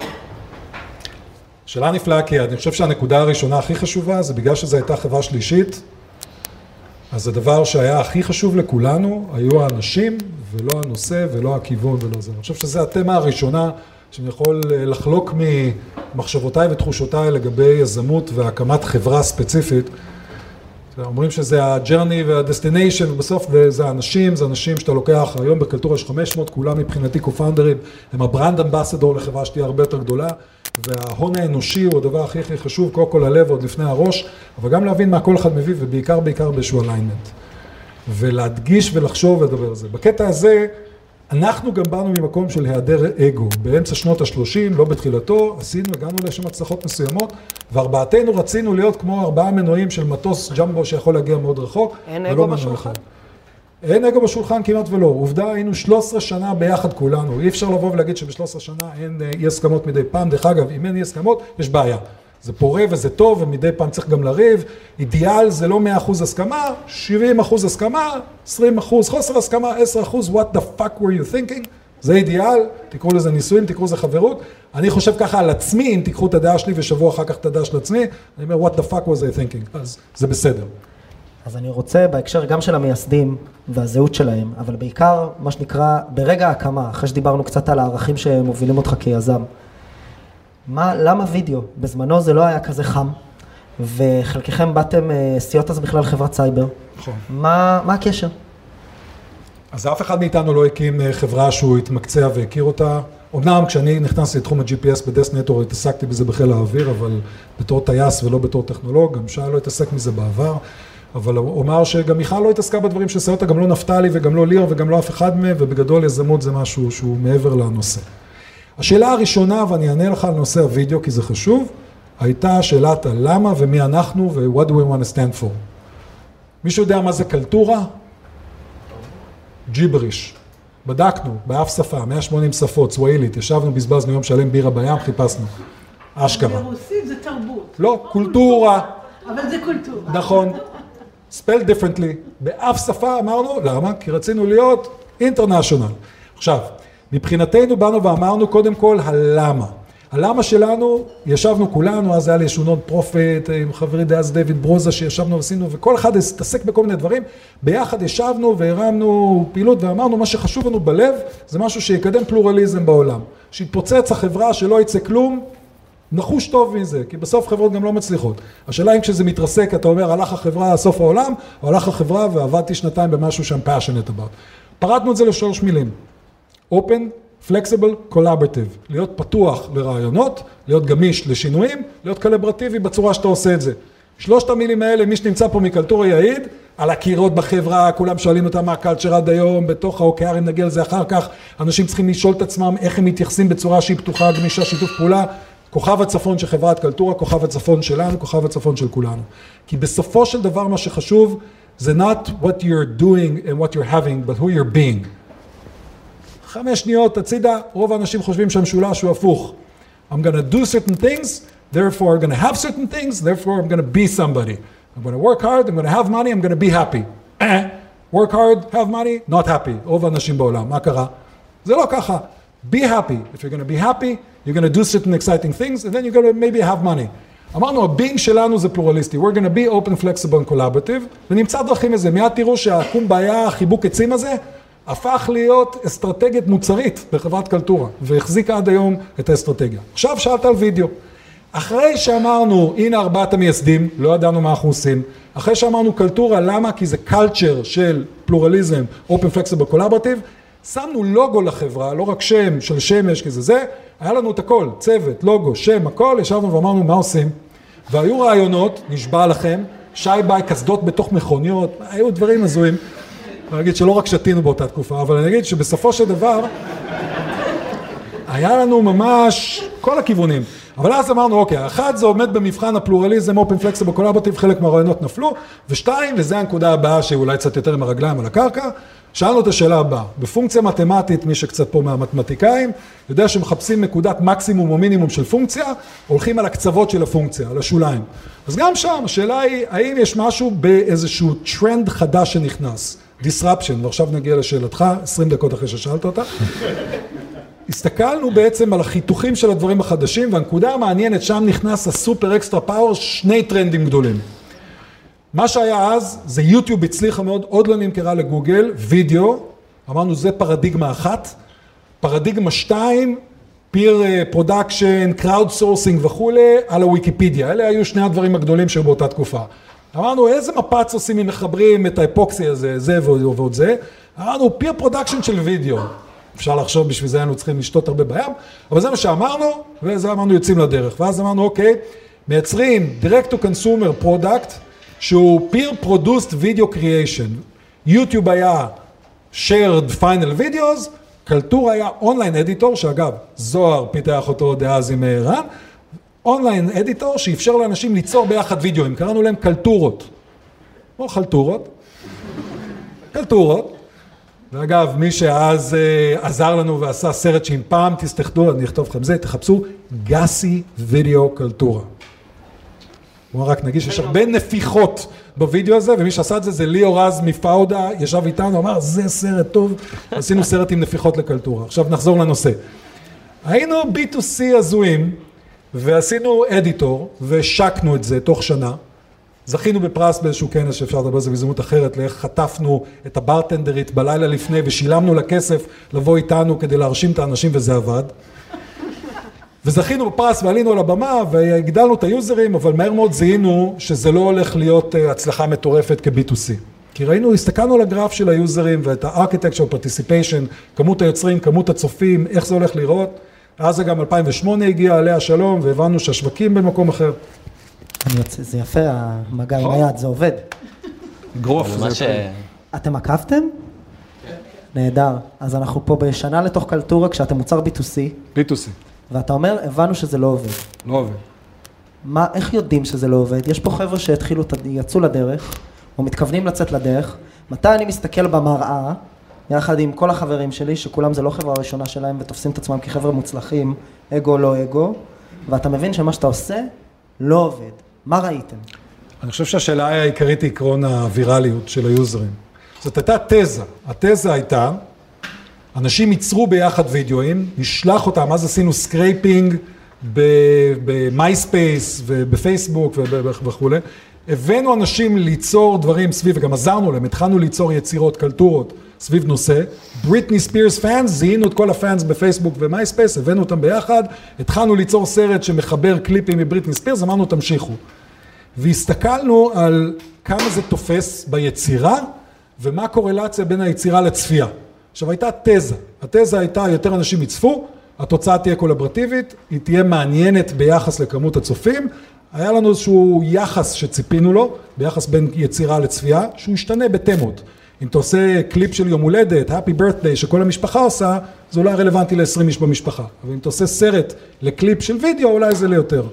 שאלה נפלאה, כי אני חושב שהנקודה הראשונה הכי חשובה, זה בגלל שזו הייתה חברה שלישית, אז הדבר שהיה הכי חשוב לכולנו, היו האנשים, ולא הנושא, ולא הכיוון, ולא זה. אני חושב שזו התמה הראשונה, שאני יכול לחלוק ממחשבותיי ותחושותיי לגבי יזמות והקמת חברה ספציפית. אומרים שזה ה-journey וה-destination, ובסוף זה האנשים, זה אנשים שאתה לוקח, היום בקלטורה יש חמש מאות, כולם מבחינתי קו-פאונדרים, הם הברנד אמבסדור לחברה שתהיה הרבה יותר גדולה, וההון האנושי הוא הדבר הכי הכי חשוב, קודם כל הלב עוד לפני הראש, אבל גם להבין מה כל אחד מביא, ובעיקר בעיקר באיזשהו alignment. ולהדגיש ולחשוב ולדבר על זה. בקטע הזה, אנחנו גם באנו ממקום של היעדר אגו. באמצע שנות ה-שלושים, לא בתחילתו, עשינו, הגענו לשם הצלחות מסוימות, וארבעתנו רצינו להיות כמו ארבעה מנועים של מטוס ג'מבו שיכול להגיע מאוד רחוק.
אין אגו בשולחן?
אין אגו בשולחן כמעט ולא. עובדה, היינו שלוש עשרה שנה ביחד כולנו. אי אפשר לבוא ולהגיד שב-שלוש עשרה שנה אין אי הסכמות מדי פעם. דרך אגב, אם אין אי הסכמות, יש בעיה. זה פורה וזה טוב, ומדי פעם צריך גם לריב. אידיאל זה לא מאה אחוז הסכמה, שבעים אחוז הסכמה, עשרים אחוז חוסר הסכמה, עשרה אחוז, what the fuck were you thinking? זה אידיאל, תקראו לזה ניסויים, תקראו לזה חברות. אני חושב ככה על עצמי, אם תקחו את הדעה שלי ושבוע אחר כך את הדעה של עצמי, אני אומר, what the fuck was I thinking? אז זה בסדר.
אז אני רוצה בהקשר גם של המייסדים והזהות שלהם, אבל בעיקר מה שנקרא ברגע ההקמה, אחרי שדיברנו קצת על הערכים שמובילים אותך כיזם. מה, למה וידאו? בזמנו זה לא היה כזה חם, וחלקכם באתם, סיוט אז בכלל חברת סייבר.
נכון.
מה, מה הקשר?
אז אף אחד מאיתנו לא הקים חברה שהוא התמקצע והכיר אותה. אמנם כשאני נכנסתי לתחום ה-ג'י פי אס בדסנטור, התעסקתי בזה בחיל האוויר, אבל בתור טייס ולא בתור טכנולוג, גם שעה לא התעסק מזה בעבר. אבל הוא אומר שגם מיכל לא התעסקה בדברים שעשה אותה, גם לא נפתלי וגם לא ליאור וגם לא אף אחד מהם, ובגדול יזמות זה משהו שהוא מעבר לנושא. השאלה הראשונה, ואני אענה לך על נושא הוידאו כי זה חשוב, הייתה שאלת הלמה ומי אנחנו ו-what do we want to stand for. מישהו יודע מה זה קלטורה? ג'יבריש. בדקנו, באף שפה, מאה ושמונים שפות, סווהילית, ישבנו, בזבזנו יום שלם בירה בים, חיפשנו. אשכרה.
ברוסית זה תרבות.
לא, קולטורה.
אבל זה קולטורה.
נכון. spelled differently. באף שפה אמרנו, למה? כי רצינו להיות international. עכשיו, מבחינתנו באנו ואמרנו קודם כל הלמה. הלמה שלנו, ישבנו כולנו, אז היה לי שונון פרופט, עם חברי דאז דיוויד ברוזה שישבנו ועשינו, וכל אחד התעסק בכל מיני דברים, ביחד ישבנו והרמנו פעילות ואמרנו, מה שחשוב לנו בלב, זה משהו שיקדם פלורליזם בעולם. שיתפוצץ החברה שלא יצא כלום, נחוש טוב מזה, כי בסוף חברות גם לא מצליחות. השאלה אם כשזה מתרסק, אתה אומר, הלך החברה סוף העולם, או הלך החברה ועבדתי שנתיים במשהו שם passionate about. פרטנו את זה לשלוש מילים. open, flexible, collaborative. להיות פתוח לרעיונות, להיות גמיש לשינויים, להיות קלברטיבי בצורה שאתה עושה את זה. שלושת המילים האלה, מי שנמצא פה מקלטורה יעיד, על הקירות בחברה, כולם שואלים אותם מה הקלצ'ר עד היום, בתוך האוקיארים נגיע לזה אחר כך, אנשים צריכים לשאול את עצמם איך הם מתייחסים בצורה שהיא פתוחה, גמישה, שיתוף פעולה. כוכב הצפון של חברת קלטורה, כוכב הצפון שלנו, כוכב הצפון של כולנו. כי בסופו של דבר מה שחשוב, זה not what you're doing and what you're having, but who you're being. חמש שניות, הצידה, רוב האנשים חושבים שהמשולש הוא הפוך. I'm going to do certain things, therefore I'm going to have certain things, therefore I'm going to be somebody. I'm going to work hard, I'm going to have money, I'm going to be happy. work hard, have money, not happy. רוב האנשים בעולם, מה קרה? זה לא ככה. Be happy. If you're going to be happy, you're going to do certain exciting things, and then you're going to maybe have money. אמרנו, ה-being שלנו זה פלורליסטי. We're going to be open, flexible and collaborative, ונמצא דרכים לזה. מיד תראו שהקום בעיה, החיבוק עצים הזה, הפך להיות אסטרטגית מוצרית בחברת קלטורה, והחזיקה עד היום את האסטרטגיה. עכשיו שאלת על וידאו. אחרי שאמרנו, הנה ארבעת המייסדים, לא ידענו מה אנחנו עושים, אחרי שאמרנו קלטורה, למה? כי זה culture של פלורליזם, open, flexible, collaborative, שמנו לוגו לחברה, לא רק שם של שמש, כי זה זה, היה לנו את הכל, צוות, לוגו, שם, הכל, ישבנו ואמרנו מה עושים. והיו רעיונות, נשבע לכם, שי ביי, קסדות בתוך מכוניות, היו דברים הזויים. אני אגיד שלא רק שתינו באותה תקופה, אבל אני אגיד שבסופו של דבר, היה לנו ממש כל הכיוונים. אבל אז אמרנו, אוקיי, אחד זה עומד במבחן הפלורליזם, open flexible collaborative, חלק מהרעיונות נפלו, ושתיים, וזה הנקודה הבאה שאולי קצת יותר עם הרגליים על הקרקע, שאלנו את השאלה הבאה, בפונקציה מתמטית, מי שקצת פה מהמתמטיקאים, יודע שמחפשים נקודת מקסימום או מינימום של פונקציה, הולכים על הקצוות של הפונקציה, על השוליים. אז גם שם, השאלה היא, האם יש משהו באיזשהו טרנד חדש שנכנס? disruption, ועכשיו נגיע לשאלתך, עשרים דקות אחרי ששאלת אותה. הסתכלנו בעצם על החיתוכים של הדברים החדשים, והנקודה המעניינת, שם נכנס הסופר אקסטרה פאוור, שני טרנדים גדולים. מה שהיה אז, זה יוטיוב הצליחה מאוד, עוד לא נמכרה לגוגל, וידאו, אמרנו זה פרדיגמה אחת, פרדיגמה שתיים, פיר פרודקשן, קראוד סורסינג וכולי, על הוויקיפדיה, אלה היו שני הדברים הגדולים שהיו באותה תקופה. אמרנו איזה מפץ עושים אם מחברים את האפוקסי הזה, זה ועוד זה, אמרנו פיר פרודקשן של וידאו, אפשר לחשוב בשביל זה היינו צריכים לשתות הרבה בים, אבל זה מה שאמרנו, וזה אמרנו יוצאים לדרך, ואז אמרנו אוקיי, מייצרים direct to consumer product, שהוא peer produced video creation. יוטיוב היה shared final videos, קלטורה היה אונליין אדיטור, שאגב, זוהר פיתח אותו דאז עם רן, אונליין אדיטור שאפשר לאנשים ליצור ביחד וידאוים, קראנו להם קלטורות. או חלטורות. קלטורות. ואגב, מי שאז uh, עזר לנו ועשה סרט שאם פעם תסתכלו, אני אכתוב לכם זה, תחפשו גאסי וידאו קלטורה. הוא רק נגיד שיש הרבה נפיחות בווידאו הזה, ומי שעשה את זה זה ליאור רז מפאודה, ישב איתנו, אמר, זה סרט טוב, עשינו סרט עם נפיחות לקלטורה. עכשיו נחזור לנושא. היינו בי טו סי הזויים, ועשינו אדיטור, והשקנו את זה תוך שנה. זכינו בפרס באיזשהו כנס שאפשר לדבר על זה בהזדמנות אחרת, לאיך חטפנו את הברטנדרית בלילה לפני, ושילמנו לה כסף לבוא איתנו כדי להרשים את האנשים, וזה עבד. וזכינו בפרס ועלינו על הבמה והגדלנו את היוזרים, אבל מהר מאוד זיהינו שזה לא הולך להיות הצלחה מטורפת כ-בי טו סי. כי ראינו, הסתכלנו על הגרף של היוזרים ואת ה-architecture participation, כמות היוצרים, כמות הצופים, איך זה הולך לראות. אז זה גם אלפיים ושמונה הגיע עליה שלום, והבנו שהשווקים במקום אחר.
זה יפה, המגע עם היד, זה עובד.
גרוף.
אתם עקבתם? נהדר. אז אנחנו פה בשנה לתוך קלטורה, כשאתם מוצר בי טו סי.
בי טו סי.
ואתה אומר, הבנו שזה לא עובד.
לא עובד.
מה, איך יודעים שזה לא עובד? יש פה חבר'ה שהתחילו, יצאו לדרך, או מתכוונים לצאת לדרך. מתי אני מסתכל במראה, יחד עם כל החברים שלי, שכולם זה לא חברה הראשונה שלהם, ותופסים את עצמם כחבר'ה מוצלחים, אגו לא אגו, ואתה מבין שמה שאתה עושה, לא עובד. מה ראיתם? אני
חושב שהשאלה העיקרית היא עקרון הווירליות של היוזרים. זאת הייתה תזה. התזה הייתה, אנשים ייצרו ביחד וידאוים, נשלח אותם, אז עשינו סקרייפינג במייספייס ובפייסבוק וכו'. הבאנו אנשים ליצור דברים סביב, וגם עזרנו להם, התחלנו ליצור יצירות, קלטורות סביב נושא. בריטני ספירס פאנס, זיהינו את כל הפאנס בפייסבוק ומייספייס, הבאנו אותם ביחד, התחלנו ליצור סרט שמחבר קליפים מבריטני ספירס, אמרנו תמשיכו. והסתכלנו על כמה זה תופס ביצירה, ומה הקורלציה בין היצירה לצפייה. עכשיו הייתה תזה, התזה הייתה יותר אנשים יצפו, התוצאה תהיה קולברטיבית, היא תהיה מעניינת ביחס לכמות הצופים, היה לנו איזשהו יחס שציפינו לו, ביחס בין יצירה לצפייה, שהוא ישתנה בתמות. אם אתה עושה קליפ של יום הולדת, Happy Birthday, שכל המשפחה עושה, זה אולי רלוונטי ל-עשרים איש במשפחה. אבל אם אתה עושה סרט לקליפ של וידאו, אולי זה ליותר.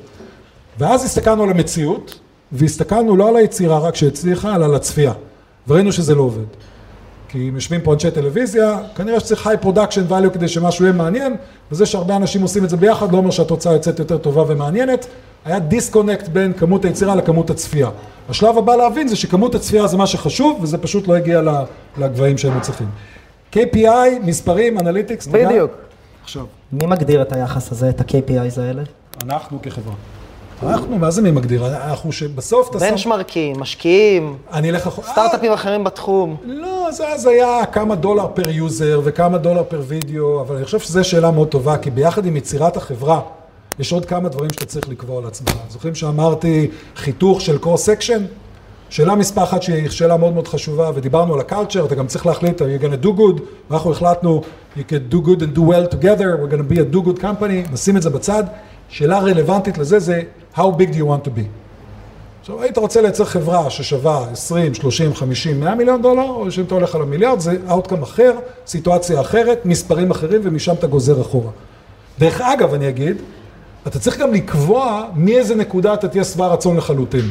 ואז הסתכלנו על המציאות, והסתכלנו לא על היצירה רק שהצליחה, אלא על הצפייה. וראינו שזה לא עובד. כי אם יושבים פה אנשי טלוויזיה, כנראה שצריך high production value כדי שמשהו יהיה מעניין, וזה שהרבה אנשים עושים את זה ביחד, לא אומר שהתוצאה יוצאת יותר טובה ומעניינת, היה דיסקונקט בין כמות היצירה לכמות הצפייה. השלב הבא להבין זה שכמות הצפייה זה מה שחשוב, וזה פשוט לא הגיע לגבהים שהיינו צריכים. קיי פי איי, מספרים, אנליטיקס,
בדיוק.
עכשיו.
מי מגדיר את היחס הזה, את ה-קיי פי איי האלה?
אנחנו כחברה. אנחנו, מה זה מי מגדיר? אנחנו שבסוף...
בנצ'מרקים, משקיעים,
אני אלך אחורה...
סטארט-אפים אחרים בתחום.
לא, זה אז היה כמה דולר פר יוזר וכמה דולר פר וידאו, אבל אני חושב שזו שאלה מאוד טובה, כי ביחד עם יצירת החברה, יש עוד כמה דברים שאתה צריך לקבוע על עצמך. זוכרים שאמרתי חיתוך של קור סקשן? שאלה מספר אחת שהיא שאלה מאוד מאוד חשובה, ודיברנו על הקלצ'ר, אתה גם צריך להחליט, you're gonna do good, ואנחנו החלטנו, you can do good and do well together, we're gonna be a do good company, נשים את זה בצד. שאלה רלוונטית לזה זה, how big do you want to be? עכשיו, היית רוצה לייצר חברה ששווה עשרים, שלושים, חמישים, מאה מיליון דולר, או שאם אתה הולך על המיליארד, זה outcome אחר, סיטואציה אחרת, מספרים אחרים, ומשם אתה גוזר אחורה. דרך אגב, אני אגיד, אתה צריך גם לקבוע מאיזה נקודה אתה תהיה שבע רצון לחלוטין.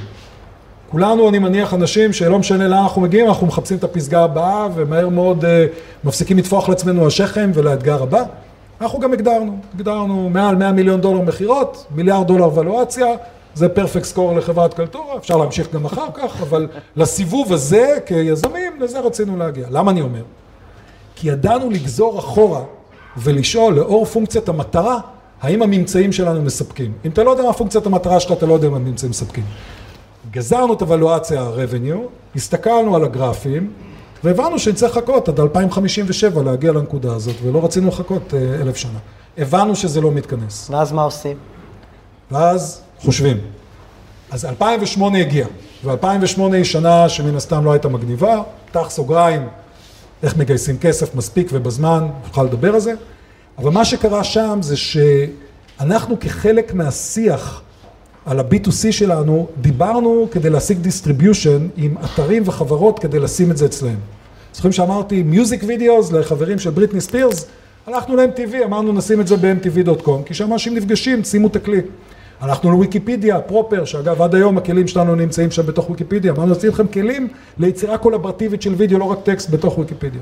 כולנו, אני מניח, אנשים שלא משנה לאן אנחנו מגיעים, אנחנו מחפשים את הפסגה הבאה, ומהר מאוד uh, מפסיקים לתפוח לעצמנו השכם ולאתגר הבא. אנחנו גם הגדרנו, הגדרנו מעל מאה מיליון דולר מחירות, מיליארד דולר ולואציה, זה פרפקט סקור לחברת קלטורה, אפשר להמשיך גם אחר כך, אבל לסיבוב הזה כיזמים, לזה רצינו להגיע. למה אני אומר? כי ידענו לגזור אחורה ולשאול לאור פונקציית המטרה, האם הממצאים שלנו מספקים. אם אתה לא יודע מה פונקציית המטרה שלך, אתה לא יודע מה הממצאים מספקים. גזרנו את הוולואציה ה-revenue, הסתכלנו על הגרפים, והבנו שנצטרך לחכות עד אלפיים חמישים ושבע להגיע לנקודה הזאת, ולא רצינו לחכות אלף שנה. הבנו שזה לא מתכנס.
ואז מה עושים?
ואז חושבים. אז אלפיים ושמונה הגיע, ו-אלפיים ושמונה היא שנה שמן הסתם לא הייתה מגניבה, פתח סוגריים, איך מגייסים כסף מספיק ובזמן, נוכל לדבר על זה. אבל מה שקרה שם זה שאנחנו כחלק מהשיח על ה-בי טו סי שלנו, דיברנו כדי להשיג דיסטריביושן עם אתרים וחברות כדי לשים את זה אצלהם. זוכרים שאמרתי מיוזיק וידאוס לחברים של בריטני ספירס, הלכנו ל-אם טי וי, אמרנו נשים את זה ב-אם טי וי דוט קום, כי שם אנשים נפגשים, שימו את הכלי. הלכנו לוויקיפדיה, פרופר, שאגב עד היום הכלים שלנו נמצאים שם בתוך וויקיפדיה, אמרנו נשים לכם כלים ליצירה קולברטיבית של וידאו, לא רק טקסט בתוך וויקיפדיה.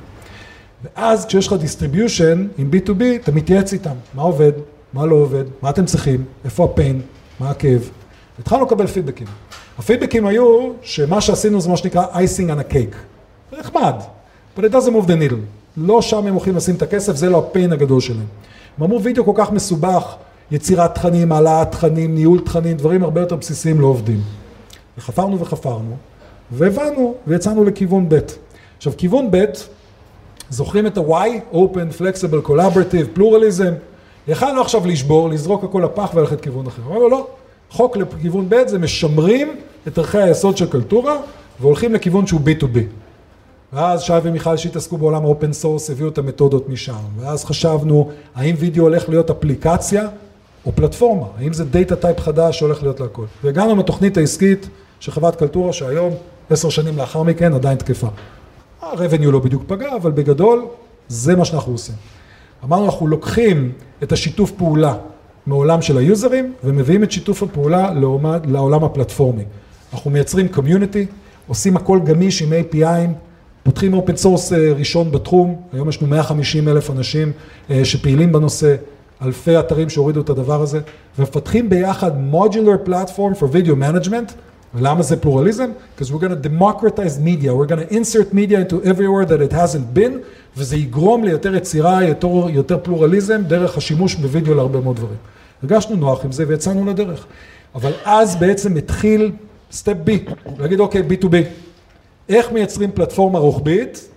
ואז כשיש לך דיסטריביושן עם בי טו בי, אתה מתייעץ איתם, מה עובד, מה לא עובד, מה אתם צריכים, איפה הפיין, מה הכאב. התחלנו לקבל פידבקים. הפידבקים היו שמה שעשינו זה מה שנקרא icing on a cake. זה נחמד, but it doesn't move the needle. לא שם הם הולכים לשים את הכסף, זה לא הפיין הגדול שלהם. הם אמרו וידאו כל כך מסובך, יצירת תכנים, העלאת תכנים, ניהול תכנים, דברים הרבה יותר בסיסיים לא עובדים. וחפרנו וחפרנו, והבנו, ויצאנו לכיוון ב'. עכשיו, כיוון ב', זוכרים את ה-Y, Open, Flexible, Collaborative, Pluralism, יכלנו עכשיו לשבור, לזרוק הכל לפח וללכת כיוון אחר. אבל לא, חוק לכיוון ב' זה משמרים את ערכי היסוד של קלטורה, והולכים לכיוון שהוא בי טו בי. ואז שי ומיכל שהתעסקו בעולם האופן סורס, הביאו את המתודות משם. ואז חשבנו, האם וידאו הולך להיות אפליקציה או פלטפורמה? האם זה דאטה טייפ חדש שהולך להיות להכל? והגענו מהתוכנית העסקית של חברת קלטורה, שהיום, עשר שנים לאחר מכן, עדיין תקפה. ה-revenue לא בדיוק פגע, אבל בגדול, זה מה שאנחנו עושים. אמרנו, אנחנו לוקחים את השיתוף פעולה מעולם של היוזרים, ומביאים את שיתוף הפעולה לעומת, לעולם הפלטפורמי. אנחנו מייצרים קומיוניטי, עושים הכל גמיש עם איי פי איי, פותחים אופן סורס ראשון בתחום, היום יש לנו מאה וחמישים אלף אנשים שפעילים בנושא, אלפי אתרים שהורידו את הדבר הזה, ומפתחים ביחד modular platform for video management, ולמה זה פלורליזם? Because we're going to democratize media, we're going to insert media into everywhere that it hasn't been, וזה יגרום ליותר יצירה, יותר, יותר פלורליזם, דרך השימוש בווידאו להרבה מאוד דברים. הרגשנו נוח עם זה ויצאנו לדרך. אבל אז בעצם התחיל סטפ בי, להגיד אוקיי, בי טו בי. איך מייצרים פלטפורמה רוחבית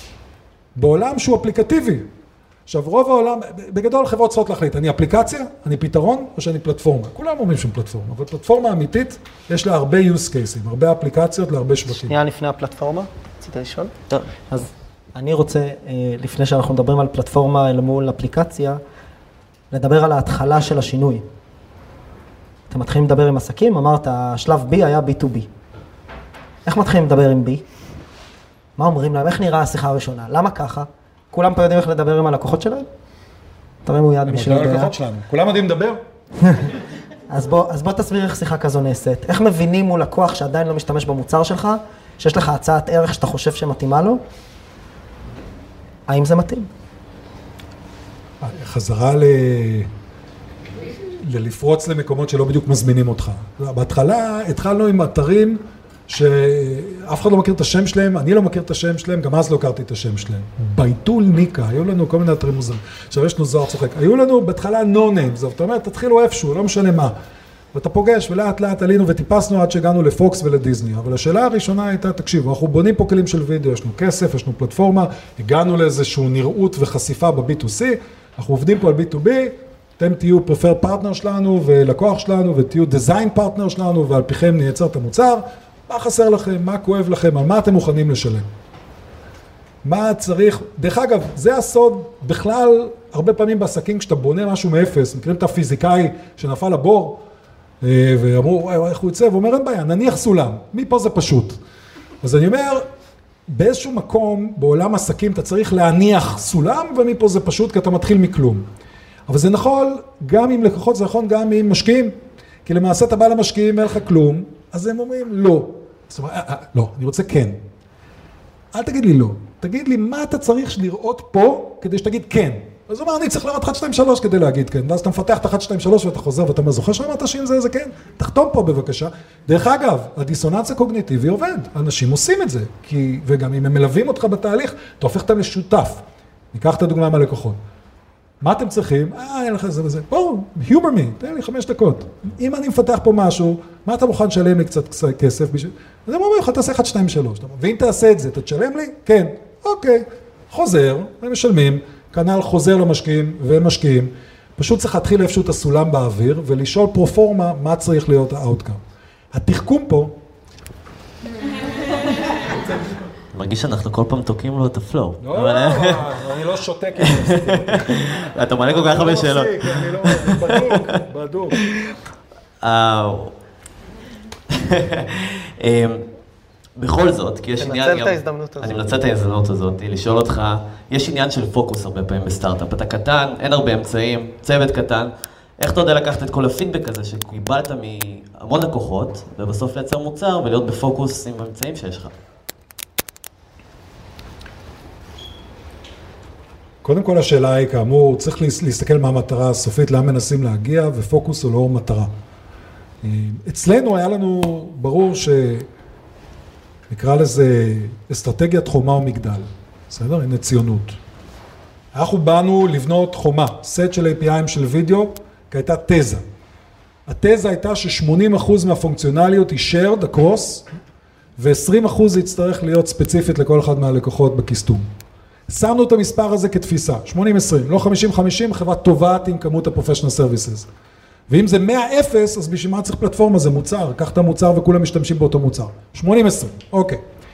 בעולם שהוא אפליקטיבי? עכשיו, רוב העולם, בגדול חברות צריכות להחליט, אני אפליקציה, אני פתרון, או שאני פלטפורמה. כולם אומרים שהם פלטפורמה, אבל פלטפורמה אמיתית, יש לה הרבה use cases, הרבה אפליקציות להרבה שווקים.
שנייה לפני הפלטפורמה, רצית לשאול? טוב. אז אני רוצה, לפני שאנחנו מדברים על פלטפורמה אל מול אפליקציה, לדבר על ההתחלה של השינוי. אתם מתחילים לדבר עם עסקים, אמרת, השלב B היה בי טו בי. איך מתחילים לדבר עם B? מה אומרים להם? איך נראה השיחה הראשונה? למה ככה? כולם פה יודעים איך לדבר עם הלקוחות שלהם? תרימו יד בשביל לדבר.
הלקוחות שלנו. כולם יודעים לדבר?
אז בוא, אז בוא תסביר איך שיחה כזו נעשית. איך מבינים מול לקוח שעדיין לא משתמש במוצר שלך, שיש לך הצעת ערך שאתה חושב שמתאימה לו? האם זה מתאים?
חזרה ל... ללפרוץ למקומות שלא בדיוק מזמינים אותך. בהתחלה התחלנו עם אתרים שאף אחד לא מכיר את השם שלהם, אני לא מכיר את השם שלהם, גם אז לא הכרתי את השם שלהם. בייטול ניקה, היו לנו כל מיני אתרים מוזרים. עכשיו יש לנו זוהר צוחק. היו לנו בהתחלה no name, זאת אומרת, תתחילו איפשהו, לא משנה מה. ואתה פוגש, ולאט לאט עלינו וטיפסנו עד שהגענו לפוקס ולדיסני. אבל השאלה הראשונה הייתה, תקשיבו, אנחנו בונים פה כלים של וידאו, יש לנו כסף, יש לנו פלטפורמה, הגענו לאיזשהו נראות וחשיפה ב-בי טו סי, אנחנו עובדים פה על בי טו בי, אתם תהיו פרפר פרטנר שלנו ולקוח שלנו, ותהיו דיזיין פרטנר שלנו, ועל פיכם נייצר את המוצר. מה חסר לכם? מה כואב לכם? על מה אתם מוכנים לשלם? מה צריך? דרך אגב, זה הסוד בכלל, הרבה פעמים בעסקים, כשאתה בונה משהו מאפס, מכירים את הפיזיקאי שנפל לבור, ואמרו, וואי, איך הוא יצא? ואומר, אין בעיה, נניח סולם. מפה זה פשוט. אז אני אומר, באיזשהו מקום, בעולם עסקים, אתה צריך להניח סולם, ומפה זה פשוט, כי אתה מתחיל מכלום. אבל זה נכון, גם עם לקוחות, זה נכון גם עם משקיעים. כי למעשה אתה בא למשקיעים, אין לך כלום, אז הם אומרים, לא. זאת אומרת, לא, אני רוצה כן. אל תגיד לי לא. תגיד לי מה אתה צריך לראות פה, כדי שתגיד כן. אז הוא אומר, אני צריך לראות אחת, שתיים, שלוש כדי להגיד כן, ואז אתה מפתח את אחת, שתיים, שלוש ואתה חוזר ואתה זוכר שאמרת שאם זה זה כן, תחתום פה בבקשה. דרך אגב, הדיסוננס הקוגניטיבי עובד, אנשים עושים את זה, כי, וגם אם הם מלווים אותך בתהליך, אתה הופך אותם לשותף. ניקח את הדוגמה מהלקוחות. מה אתם צריכים? אה, אין לך זה וזה. בואו, humor me, תן לי חמש דקות. אם אני מפתח פה משהו, מה אתה מוכן לשלם לי קצת כסף? בשביל... אז הם אומרים לך, תעשה אחת, שתיים, שלוש. ואם תעשה את זה, אתה תשלם לי? כן. אוקיי. חוזר, הם משלמים, כנ"ל חוזר למשקיעים והם משקיעים. פשוט צריך להתחיל איפשהו את הסולם באוויר, ולשאול פרופורמה מה צריך להיות האוטקאם. התחכום פה...
מרגיש שאנחנו כל פעם תוקעים לו את הפלואו.
לא, אני לא שותק את זה.
אתה מעלה כל כך הרבה שאלות.
אני לא בדוק, בדוק.
בכל זאת, כי יש עניין...
תנצל את ההזדמנות הזאת.
אני מנצל את ההזדמנות הזאת, לשאול אותך, יש עניין של פוקוס הרבה פעמים בסטארט-אפ. אתה קטן, אין הרבה אמצעים, צוות קטן. איך אתה יודע לקחת את כל הפידבק הזה שקיבלת מהמון לקוחות, ובסוף לייצר מוצר ולהיות בפוקוס עם האמצעים שיש לך?
קודם כל השאלה היא, כאמור, צריך להסתכל מה המטרה הסופית, לאן מנסים להגיע, ופוקוס הוא לא מטרה. אצלנו היה לנו ברור שנקרא לזה אסטרטגיית חומה ומגדל, בסדר? הנה ציונות. אנחנו באנו לבנות חומה, סט של איי פי איי של וידאו, כי הייתה תזה. התזה הייתה ש-שמונים אחוז מהפונקציונליות היא shared across, ו-עשרים אחוז יצטרך להיות ספציפית לכל אחד מהלקוחות בכיסטום. שמנו את המספר הזה כתפיסה, שמונים עשרים, לא חמישים חמישים, חברה טובעת עם כמות ה-professional services. ואם זה מאה אפס, אז בשביל מה צריך פלטפורמה? זה מוצר, קח את המוצר וכולם משתמשים באותו מוצר. שמונים עשרים, אוקיי.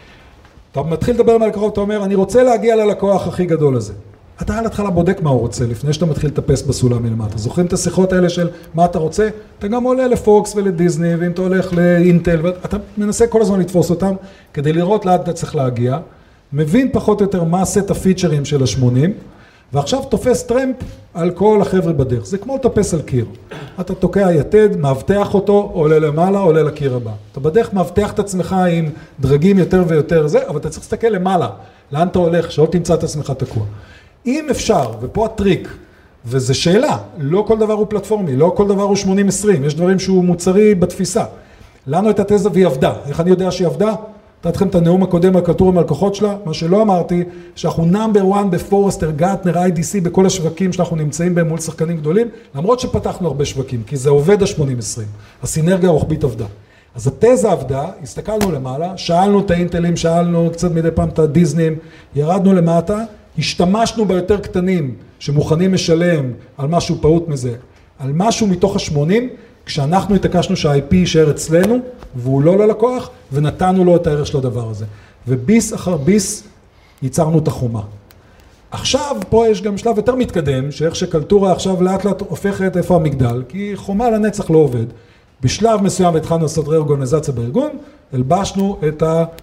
אתה מתחיל לדבר עם הלקוחות, אתה אומר, אני רוצה להגיע ללקוח הכי גדול הזה. אתה על התחלה בודק מה הוא רוצה, לפני שאתה מתחיל לטפס בסולם מלמטה. זוכרים את השיחות האלה של מה אתה רוצה? אתה גם עולה לפוקס ולדיסני, ואם אתה הולך לאינטל, ואתה מנסה כל הזמן לתפוס אותם, כדי לראות לאן אתה צריך להגיע. מבין פחות או יותר מה סט הפיצ'רים של ה-שמונים, ועכשיו תופס טרמפ על כל החבר'ה בדרך. זה כמו לטפס על קיר. אתה תוקע יתד, מאבטח אותו, עולה למעלה, עולה לקיר הבא. אתה בדרך מאבטח את עצמך עם דרגים יותר ויותר זה, אבל אתה צריך להסתכל למעלה. לאן אתה הולך, שלא תמצא את עצמך תקוע. אם אפשר, ופה הטריק, וזו שאלה, לא כל דבר הוא פלטפורמי, לא כל דבר הוא שמונים עשרים, יש דברים שהוא מוצרי בתפיסה. לנו את התזה והיא עבדה. איך אני יודע שהיא עבדה? נתתם את הנאום הקודם על כתור עם הלקוחות שלה, מה שלא אמרתי, שאנחנו נאמבר וואן בפורסטר, גארטנר, איי די סי, בכל השווקים שאנחנו נמצאים בהם מול שחקנים גדולים, למרות שפתחנו הרבה שווקים, כי זה עובד ה-שמונים עשרים, הסינרגיה הרוחבית עבדה. אז התזה עבדה, הסתכלנו למעלה, שאלנו את האינטלים, שאלנו קצת מדי פעם את הדיזנים, ירדנו למטה, השתמשנו ביותר קטנים שמוכנים לשלם על משהו פעוט מזה, על משהו מתוך ה-שמונים, כשאנחנו התעקשנו שה-איי פי יישאר אצלנו, והוא לא ללקוח, ונתנו לו את הערך של הדבר הזה. וביס אחר ביס, ייצרנו את החומה. עכשיו, פה יש גם שלב יותר מתקדם, שאיך שקלטורה עכשיו לאט לאט הופכת איפה המגדל, כי חומה לנצח לא עובד. בשלב מסוים התחלנו לעשות רה-אורגניזציה בארגון, הלבשנו את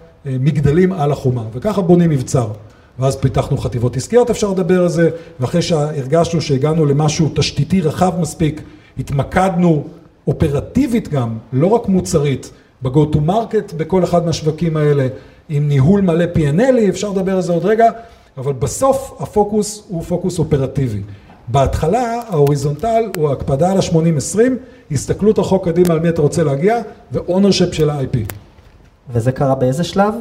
המגדלים על החומה, וככה בונים מבצר. ואז פיתחנו חטיבות עסקיות, אפשר לדבר על זה, ואחרי שהרגשנו שהגענו למשהו תשתיתי רחב מספיק, התמקדנו אופרטיבית גם, לא רק מוצרית, ב-go to market בכל אחד מהשווקים האלה, עם ניהול מלא פי אן אל, אפשר לדבר על זה עוד רגע, אבל בסוף הפוקוס הוא פוקוס אופרטיבי. בהתחלה ההוריזונטל הוא הקפדה על ה-שמונים עשרים, הסתכלות רחוק קדימה על מי אתה רוצה להגיע, ו-ownership של ה-איי פי.
וזה קרה באיזה שלב?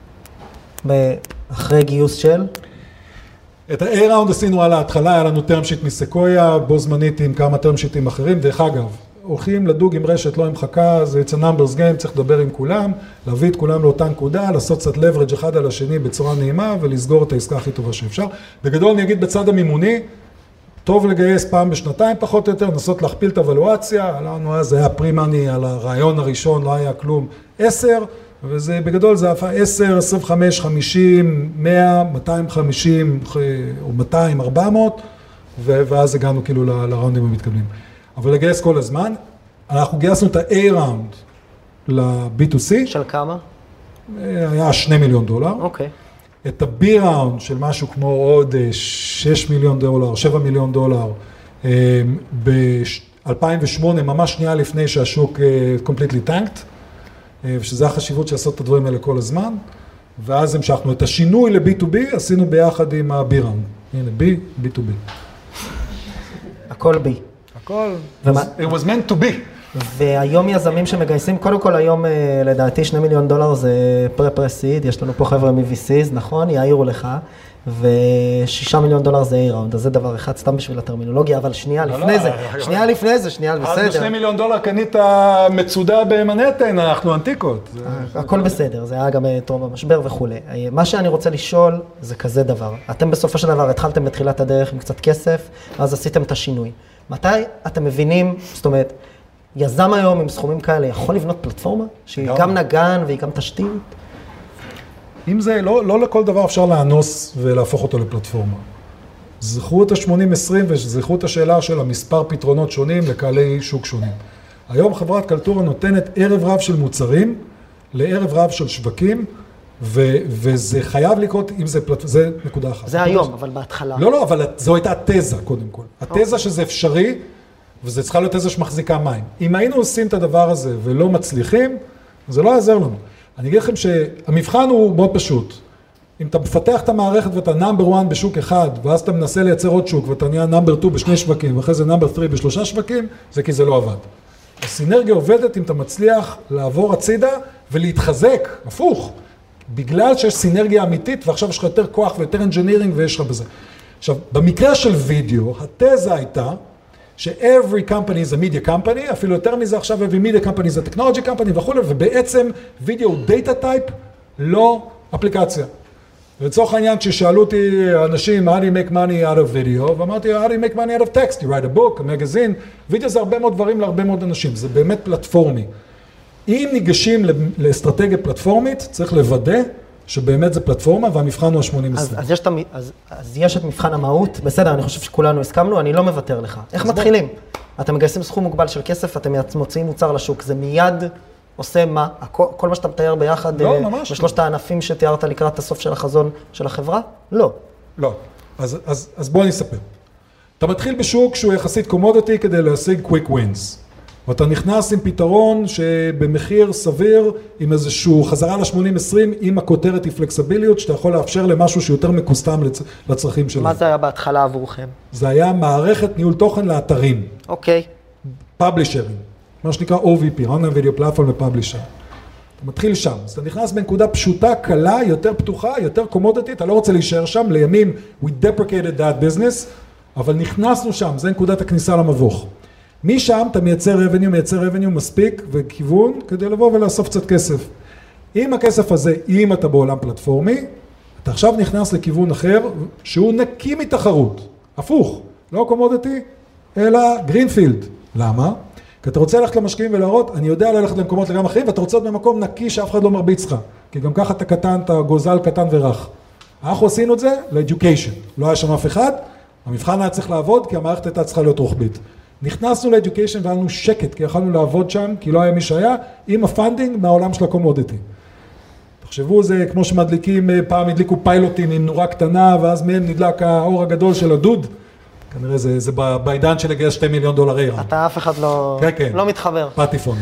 אחרי גיוס של?
את ה-A-Round עשינו על ההתחלה, היה לנו term sheet מסקויה, בו זמנית עם כמה term sheetים אחרים, דרך אגב, הולכים לדוג עם רשת, לא עם חכה, זה it's a numbers game, צריך לדבר עם כולם, להביא את כולם לאותה נקודה, לעשות קצת leverage אחד על השני בצורה נעימה, ולסגור את העסקה הכי טובה שאפשר. בגדול אני אגיד בצד המימוני, טוב לגייס פעם בשנתיים פחות או יותר, לנסות להכפיל את הוולואציה, לנו אז היה פרי-מאני על הרעיון הראשון, לא היה כלום, עשר, וזה בגדול זה עשר, עשרים וחמש, חמישים, מאה, מאתיים וחמישים או מאתיים, ארבע מאות, ואז הגענו כאילו לראונדים המתקדמים. אבל לגייס כל הזמן, אנחנו גייסנו את ה-A-Round ל-בי טו סי.
של כמה?
היה שני מיליון דולר.
אוקיי.
את ה-B-Round של משהו כמו עוד שש מיליון דולר, שבע מיליון דולר, ב-אלפיים ושמונה, ממש שנייה לפני שהשוק completely tanked, ושזה החשיבות של לעשות את הדברים האלה כל הזמן, ואז המשכנו את השינוי ל-בי טו בי, עשינו ביחד עם ה-B-Round. הנה, B, בי טו בי.
הכל בי.
הכל,
ומה?
it was meant to be.
והיום יזמים שמגייסים, קודם כל היום לדעתי שני מיליון דולר זה פרה-פרה-סיד, יש לנו פה חבר'ה מ-וי סיז, נכון? יעירו לך, ושישה מיליון דולר זה A-ראונד, אז זה דבר אחד, סתם בשביל הטרמינולוגיה, אבל שנייה לפני זה, שנייה לפני זה, שנייה, בסדר.
אז בשני מיליון דולר קנית מצודה במנהטן, אנחנו אנטיקות.
הכל בסדר, זה היה גם טרום המשבר וכולי. מה שאני רוצה לשאול זה כזה דבר, אתם בסופו של דבר התחלתם בתחילת הדרך עם קצת כסף, אז עשיתם את השינוי. מתי אתם מבינים, זאת אומרת, יזם היום עם סכומים כאלה יכול לבנות פלטפורמה, שהיא גם נגן והיא גם תשתית?
אם זה, לא, לא לכל דבר אפשר לאנוס ולהפוך אותו לפלטפורמה. זכרו את ה-שמונים עשרים וזכרו את השאלה של המספר פתרונות שונים לקהלי שוק שונים. היום חברת קלטורה נותנת ערב רב של מוצרים לערב רב של שווקים, ו- וזה חייב לקרות אם זה פלטפורמה, זה נקודה אחת.
זה היום, אבל בהתחלה.
לא, לא, אבל זו הייתה התזה קודם כל. התזה שזה אפשרי, וזה צריכה להיות תזה שמחזיקה מים. אם היינו עושים את הדבר הזה ולא מצליחים, זה לא יעזר לנו. אני אגיד לכם שהמבחן הוא מאוד פשוט. אם אתה מפתח את המערכת ואתה נאמבר אחת בשוק אחד, ואז אתה מנסה לייצר עוד שוק, ואתה נהיה נאמבר שתיים בשני שווקים, ואחרי זה נאמבר שלוש בשלושה שווקים, זה כי זה לא עבד. הסינרגיה עובדת אם אתה מצליח לעבור הצידה ולהתחזק, הפוך, בגלל שיש סינרגיה אמיתית, ועכשיו יש לך יותר כוח ויותר אנג'ינירינג ויש לך בזה. עכשיו, במקרה של וידאו, התזה הייתה, ש-every company is a media company, אפילו יותר מזה עכשיו, every media company is a technology company וכו', ובעצם וידאו הוא data type, לא אפליקציה. ולצורך העניין, כששאלו אותי אנשים, how do you make money out of video, ואמרתי, how do you make money out of text? You write a book, a magazine, וידאו זה הרבה מאוד דברים להרבה מאוד אנשים, זה באמת פלטפורמי. אם ניגשים לאסטרטגיה פלטפורמית, צריך לוודא שבאמת זה פלטפורמה, והמבחן הוא ה-שמונים עשרים.
אז, אז, יש, אז, אז יש את מבחן המהות, בסדר, אני חושב שכולנו הסכמנו, אני לא מוותר לך. איך מתחילים? בוא. אתם מגייסים סכום מוגבל של כסף, אתם מוציאים מוצר לשוק, זה מיד עושה מה? הכל, כל מה שאתה מתאר ביחד,
לא,
uh,
ממש
בשלושת
לא.
הענפים שתיארת לקראת הסוף של החזון של החברה? לא.
לא. אז, אז, אז בוא אני אספר. אתה מתחיל בשוק שהוא יחסית קומודיטי כדי להשיג quick wins. ואתה נכנס עם פתרון שבמחיר סביר, עם איזשהו חזרה ל-שמונים עשרים, עם הכותרת היא פלקסביליות, שאתה יכול לאפשר למשהו שיותר מקוסטם לצ... לצרכים שלנו.
מה זה היה בהתחלה עבורכם?
זה היה מערכת ניהול תוכן לאתרים.
אוקיי.
פאבלישרים, מה שנקרא או וי פי, Online Video Platform ופאבלישר. אתה מתחיל שם, אז אתה נכנס בנקודה פשוטה, קלה, יותר פתוחה, יותר קומודיטית, אתה לא רוצה להישאר שם, לימים we deprecated that business, אבל נכנסנו שם, זה נקודת הכניסה למבוך. משם אתה מייצר revenue, מייצר revenue מספיק וכיוון כדי לבוא ולאסוף קצת כסף. עם הכסף הזה, אם אתה בעולם פלטפורמי, אתה עכשיו נכנס לכיוון אחר שהוא נקי מתחרות. הפוך, לא קומודיטי, אלא גרינפילד. למה? כי אתה רוצה ללכת למשקיעים ולהראות, אני יודע ללכת למקומות לגמרי אחרים, ואתה רוצה להיות במקום נקי שאף אחד לא מרביץ לך. כי גם ככה אתה קטן, אתה גוזל קטן ורך. אנחנו עשינו את זה ל-education. לא היה שם אף אחד, המבחן היה צריך לעבוד, כי המערכת הייתה צריכה להיות רוחבית. נכנסנו ל-education והיה לנו שקט, כי יכולנו לעבוד שם, כי לא היה מי שהיה, עם הפנדינג מהעולם של הקומודיטי. תחשבו, זה כמו שמדליקים, פעם הדליקו פיילוטים עם נורה קטנה, ואז מהם נדלק האור הגדול של הדוד. כנראה זה, זה בעידן של לגייס שתי מיליון דולר אירה.
אתה אף אחד לא,
כן, כן.
לא מתחבר.
פטיפון.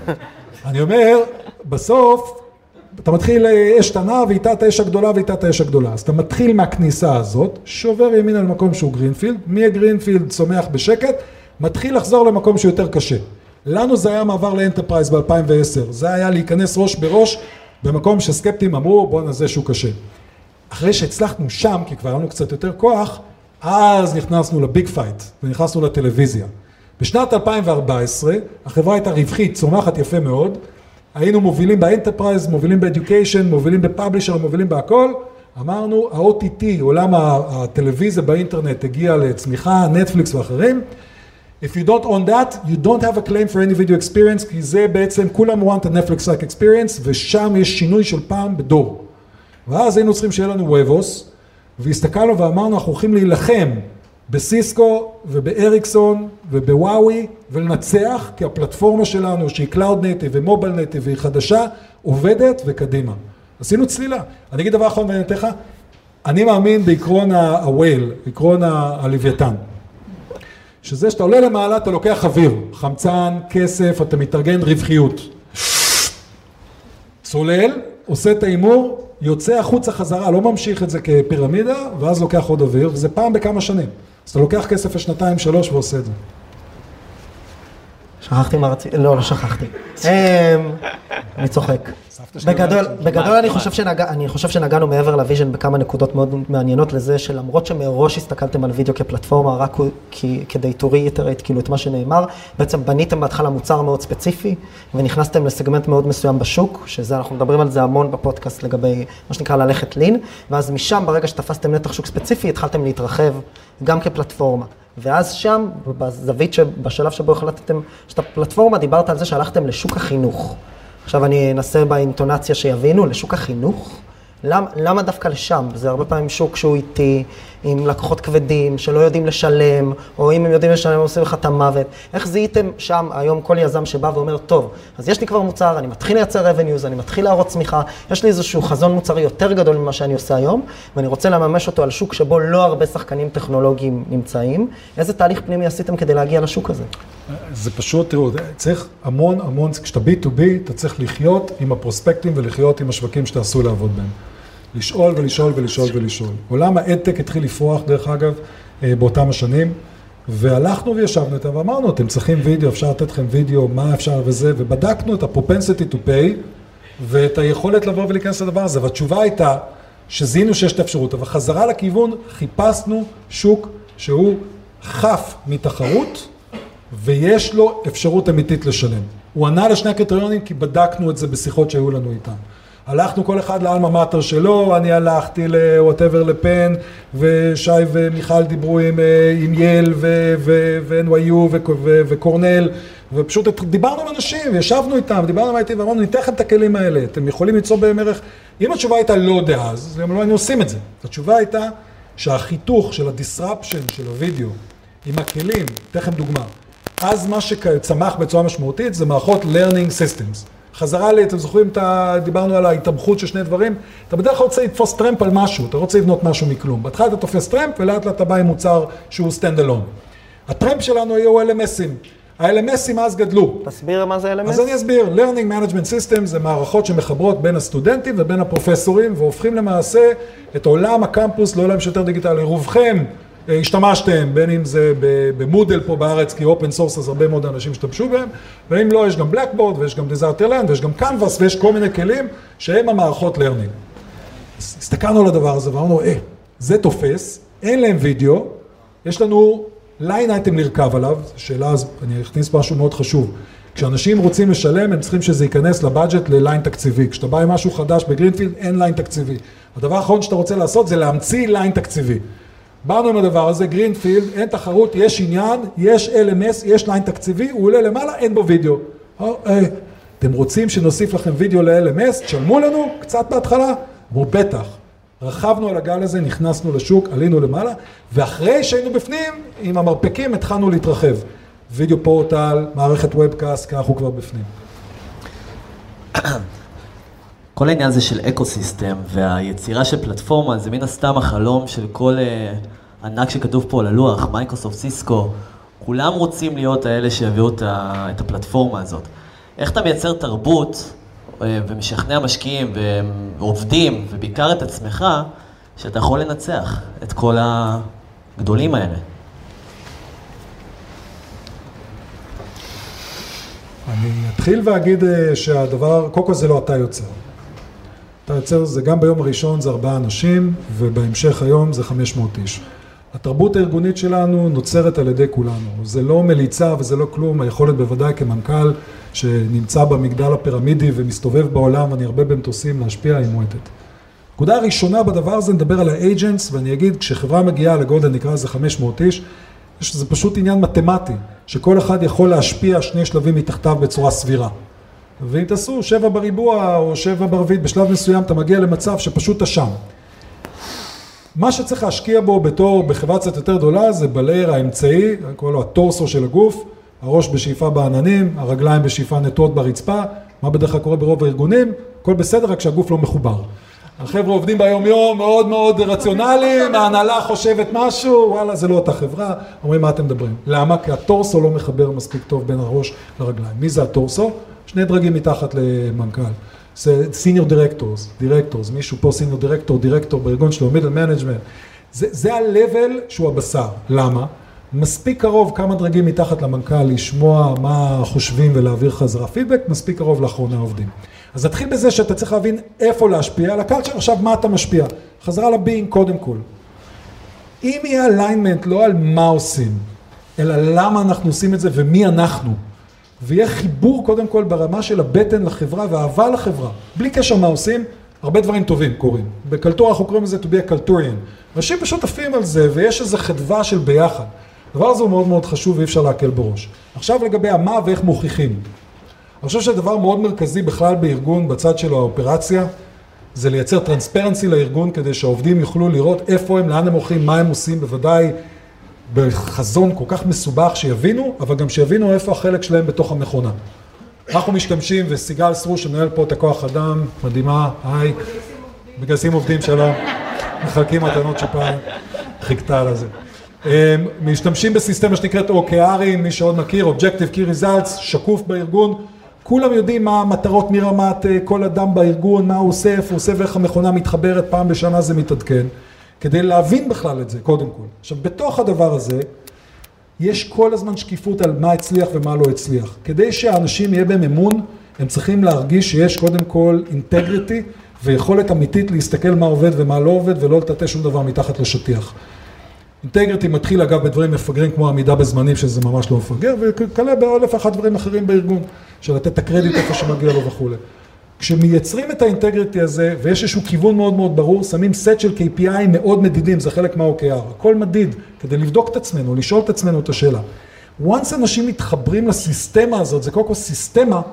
אני אומר, בסוף, אתה מתחיל אש קטנה, ואיתה את האש הגדולה, ואיתה את האש הגדולה. אז אתה מתחיל מהכניסה הזאת, שובר ימינה למקום שהוא גרינפילד, מהגרינפילד צומח בשקט, מתחיל לחזור למקום שיותר קשה. לנו זה היה מעבר לאנטרפרייז ב-אלפיים ועשר. זה היה להיכנס ראש בראש, במקום שסקפטים אמרו, בוא נעשה שהוא קשה. אחרי שהצלחנו שם, כי כבר לנו קצת יותר כוח, אז נכנסנו לביג פייט, ונכנסנו לטלוויזיה. בשנת אלפיים וארבע עשרה, החברה הייתה רווחית, צומחת יפה מאוד, היינו מובילים באנטרפרייז, מובילים באדיוקיישן, מובילים בפאבלישר, מובילים בהכל, אמרנו, ה-או טי טי, עולם הטלוויזיה באינטרנט, הגיע לצמיחה, נטפליקס ואחרים. If you don't own that, you don't have a claim for any video experience, כי זה בעצם, כולם want a Netflix-like experience, ושם יש שינוי של פעם בדור. ואז היינו צריכים שיהיה לנו וובוס, והסתכלנו ואמרנו, אנחנו הולכים להילחם בסיסקו ובאריקסון ובוואוי, ולנצח, כי הפלטפורמה שלנו, שהיא Cloud Native ומובייל Native, והיא חדשה, עובדת וקדימה. עשינו צלילה. אני אגיד דבר אחרון ואני אתן לך, אני מאמין בעקרון ה-whale, בעקרון הלוויתן. שזה שאתה עולה למעלה, אתה לוקח אוויר, חמצן, כסף, אתה מתארגן רווחיות. צולל, עושה את האימור, יוצא החוצה חזרה, לא ממשיך את זה כפירמידה, ואז לוקח עוד אוויר, וזה פעם בכמה שנים. אז אתה לוקח כסף לשנתיים, שלוש ועושה את זה.
שכחתי מה רציתי, לא, לא שכחתי. אני צוחק. בגדול, בגדול אני חושב שנגע, אני חושב שנגענו מעבר לוויז'ן בכמה נקודות מאוד מעניינות לזה, שלמרות שמראש הסתכלתם על וידאו כפלטפורמה, רק כי, כדי to reiterate כאילו את מה שנאמר, בעצם בניתם בהתחלה מוצר מאוד ספציפי, ונכנסתם לסגמנט מאוד מסוים בשוק, שזה אנחנו מדברים על זה המון בפודקאסט לגבי מה שנקרא ללכת לין, ואז משם ברגע שתפסתם נתח שוק ספציפי, התחלתם להתרחב גם כפלטפורמה. ואז שם, בזווית שבשלב שבו החלטתם שאתה פלטפורמה, דיברת על זה שהלכתם לשוק החינוך. עכשיו אני אנסה באינטונציה שיבינו, לשוק החינוך. למה, למה דווקא לשם? זה הרבה פעמים שוק שהוא איטי, עם לקוחות כבדים, שלא יודעים לשלם, או אם הם יודעים לשלם, הם עושים לך את המוות. איך זיהיתם שם היום כל יזם שבא ואומר, טוב, אז יש לי כבר מוצר, אני מתחיל לייצר revenues, אני מתחיל להראות צמיחה, יש לי איזשהו חזון מוצרי יותר גדול ממה שאני עושה היום, ואני רוצה לממש אותו על שוק שבו לא הרבה שחקנים טכנולוגיים נמצאים. איזה תהליך פנימי עשיתם כדי להגיע לשוק הזה?
זה פשוט, תראו, צריך המון המון, כשאתה בי טו בי, אתה צריך לחיות עם הפרוספקטים ולחיות עם השווקים שתעשו לעבוד בהם. לשאול ולשאול ולשאול ולשאול. עולם האדטק התחיל לפרוח, דרך אגב, באותם השנים, והלכנו וישבנו איתם ואמרנו, אתם צריכים וידאו, אפשר לתת לכם וידאו, מה אפשר וזה, ובדקנו את ה-propensity to pay, ואת היכולת לבוא ולהיכנס לדבר הזה, והתשובה הייתה שזיהינו שיש את האפשרות, אבל חזרה לכיוון, חיפשנו שוק שהוא חף מתחרות, ויש לו אפשרות אמיתית לשלם. הוא ענה לשני הקריטריונים, כי בדקנו את זה בשיחות שהיו לנו איתם. הלכנו כל אחד לאלמה מאטר שלו, אני הלכתי ל-whatever לפן, ושי ומיכל דיברו עם, עם יל ו-אן וואי יו וקורנל, ופשוט דיברנו עם אנשים, וישבנו איתם, דיברנו איתם, ואמרנו, ניתן לכם את הכלים האלה, אתם יכולים ליצור בהם ערך. אם התשובה הייתה לא דאז, אז לא היינו עושים את זה. התשובה הייתה שהחיתוך של ה-disruption של הוידאו, עם הכלים, תכף דוגמה, אז מה שצמח בצורה משמעותית זה מערכות learning systems. חזרה לי, אתם זוכרים, דיברנו על ההתאבכות של שני דברים, אתה בדרך כלל רוצה לתפוס טרמפ על משהו, אתה רוצה לבנות משהו מכלום. בהתחלה אתה תופס טרמפ ולאט לאט אתה בא עם מוצר שהוא stand alone. הטרמפ שלנו היו אל אם אסים. ה-אל אם אסים אז גדלו.
תסביר מה זה אל אם אס?
אז אני אסביר. Learning Management System זה מערכות שמחברות בין הסטודנטים ובין הפרופסורים, והופכים למעשה את עולם הקמפוס לעולם שיותר דיגיטלי. רובכם השתמשתם, בין אם זה במודל פה בארץ, כי אופן סורס אז הרבה מאוד אנשים השתמשו בהם, ואם לא, יש גם בלקבורד, ויש גם דיזרטרלנד, ויש גם קנבאס, ויש כל מיני כלים שהם המערכות לרנינג. הסתכלנו על הדבר הזה ואמרנו, אה, זה תופס, אין להם וידאו, יש לנו ליין אייטם לרכב עליו, שאלה, אז אני אכניס משהו מאוד חשוב. כשאנשים רוצים לשלם, הם צריכים שזה ייכנס לבאג'ט לליין תקציבי. כשאתה בא עם משהו חדש בגרינפילד, אין ליין תקציבי. הדבר האחרון שאתה רוצה לעשות זה להמציא ליין תקציבי. באנו עם הדבר הזה, גרינפילד, אין תחרות, יש עניין, יש אל אם אס, יש ליין תקציבי, הוא עולה למעלה, אין בו וידאו. אתם רוצים שנוסיף לכם וידאו ל-אל אם אס, תשלמו לנו קצת בהתחלה? אמרו, בטח. רחבנו על הגל הזה, נכנסנו לשוק, עלינו למעלה, ואחרי שהיינו בפנים, עם המרפקים התחלנו להתרחב. וידאו פורטל, מערכת וובקאסט, כי אנחנו כבר בפנים.
כל העניין הזה של אקוסיסטם והיצירה של פלטפורמה, זה מן הסתם החלום של כל uh, ענק שכתוב פה על הלוח, מייקרוסופט, סיסקו, כולם רוצים להיות האלה שיביאו את, ה, את הפלטפורמה הזאת. איך אתה מייצר תרבות uh, ומשכנע משקיעים ועובדים, ובעיקר את עצמך, שאתה יכול לנצח את כל הגדולים האלה?
אני אתחיל ואגיד שהדבר, קודם כל זה לא אתה יוצר. אתה יוצר, זה גם ביום הראשון זה ארבעה אנשים, ובהמשך היום זה חמש מאות איש. התרבות הארגונית שלנו נוצרת על ידי כולנו. זה לא מליצה וזה לא כלום, היכולת בוודאי כמנכ"ל שנמצא במגדל הפירמידי ומסתובב בעולם, ואני הרבה במטוסים להשפיע עם מועטת. נקודה הראשונה בדבר הזה נדבר על האג'נטס, ואני אגיד, כשחברה מגיעה לגודל נקרא לזה חמש מאות איש, זה פשוט עניין מתמטי, שכל אחד יכול להשפיע שני שלבים מתחתיו בצורה סבירה. ואם תעשו שבע בריבוע או שבע ברבית, בשלב מסוים אתה מגיע למצב שפשוט אתה שם. מה שצריך להשקיע בו בתור, בחברה קצת יותר גדולה, זה בלייר האמצעי, קוראים לו הטורסו של הגוף, הראש בשאיפה בעננים, הרגליים בשאיפה נטועות ברצפה, מה בדרך כלל קורה ברוב הארגונים, הכל בסדר, רק שהגוף לא מחובר. החבר'ה עובדים ביום יום מאוד מאוד רציונליים, ההנהלה חושבת משהו, וואלה, זה לא אותה חברה, אומרים מה אתם מדברים. למה? כי הטורסו לא מחבר מספיק טוב בין הראש לרגליים. מי זה הטורסו? שני דרגים מתחת למנכ"ל. זה סיניור דירקטורס, דירקטורס, מישהו פה סיניור דירקטור, דירקטור בארגון שלו, מידל מנג'מנט. זה, זה ה-level שהוא הבשר. למה? מספיק קרוב כמה דרגים מתחת למנכ"ל לשמוע מה חושבים ולהעביר חזרה פידבק, מספיק קרוב לאחרונה עובדים. אז נתחיל בזה שאתה צריך להבין איפה להשפיע, על הקלצ'ר עכשיו מה אתה משפיע. חזרה לביינג קודם כל. אם יהיה alignment לא על מה עושים, אלא למה אנחנו עושים את זה ומי אנחנו, ויהיה חיבור קודם כל ברמה של הבטן לחברה ואהבה לחברה, בלי קשר מה עושים, הרבה דברים טובים קורים. בקלטורה אנחנו קוראים לזה to be a culturian. אנשים פשוט עפים על זה ויש איזו חדווה של ביחד. הדבר הזה הוא מאוד מאוד חשוב ואי אפשר להקל בראש. עכשיו לגבי המה ואיך מוכיחים. אני חושב שהדבר מאוד מרכזי בכלל בארגון, בצד של האופרציה, זה לייצר טרנספרנסי לארגון כדי שהעובדים יוכלו לראות איפה הם, לאן הם הולכים, מה הם עושים, בוודאי בחזון כל כך מסובך שיבינו, אבל גם שיבינו איפה החלק שלהם בתוך המכונה. אנחנו משתמשים, וסיגל סרו שמנהל פה את הכוח אדם, מדהימה, היי, מגייסים עובדים שלום, מחלקים מתנות שפעם, חיכתה לזה. משתמשים בסיסטמה שנקראת או קי אר, מי שעוד מכיר, Objective Key Results, שקוף בארגון, כולם יודעים מה המטרות מרמת כל אדם בארגון, מה הוא עושה, איפה הוא עושה ואיך המכונה מתחברת, פעם בשנה זה מתעדכן, כדי להבין בכלל את זה, קודם כל. עכשיו, בתוך הדבר הזה, יש כל הזמן שקיפות על מה הצליח ומה לא הצליח. כדי שהאנשים יהיה בהם אמון, הם צריכים להרגיש שיש קודם כל אינטגריטי, ויכולת אמיתית להסתכל מה עובד ומה לא עובד, ולא לטאטא שום דבר מתחת לשטיח. אינטגריטי מתחיל אגב בדברים מפגרים כמו עמידה בזמנים, שזה ממש לא מפגר, וכלה באלף אחד דברים אחרים בארגון, של לתת את הקרדיט איפה שמגיע לו וכו'. כשמייצרים את האינטגריטי הזה, ויש איזשהו כיוון מאוד מאוד ברור, שמים סט של קיי פי איי מאוד מדידים, זה חלק מה-או קי אר. הכל מדיד, כדי לבדוק את עצמנו, לשאול את עצמנו את השאלה. once אנשים מתחברים לסיסטמה הזאת, זה קודם כל סיסטמה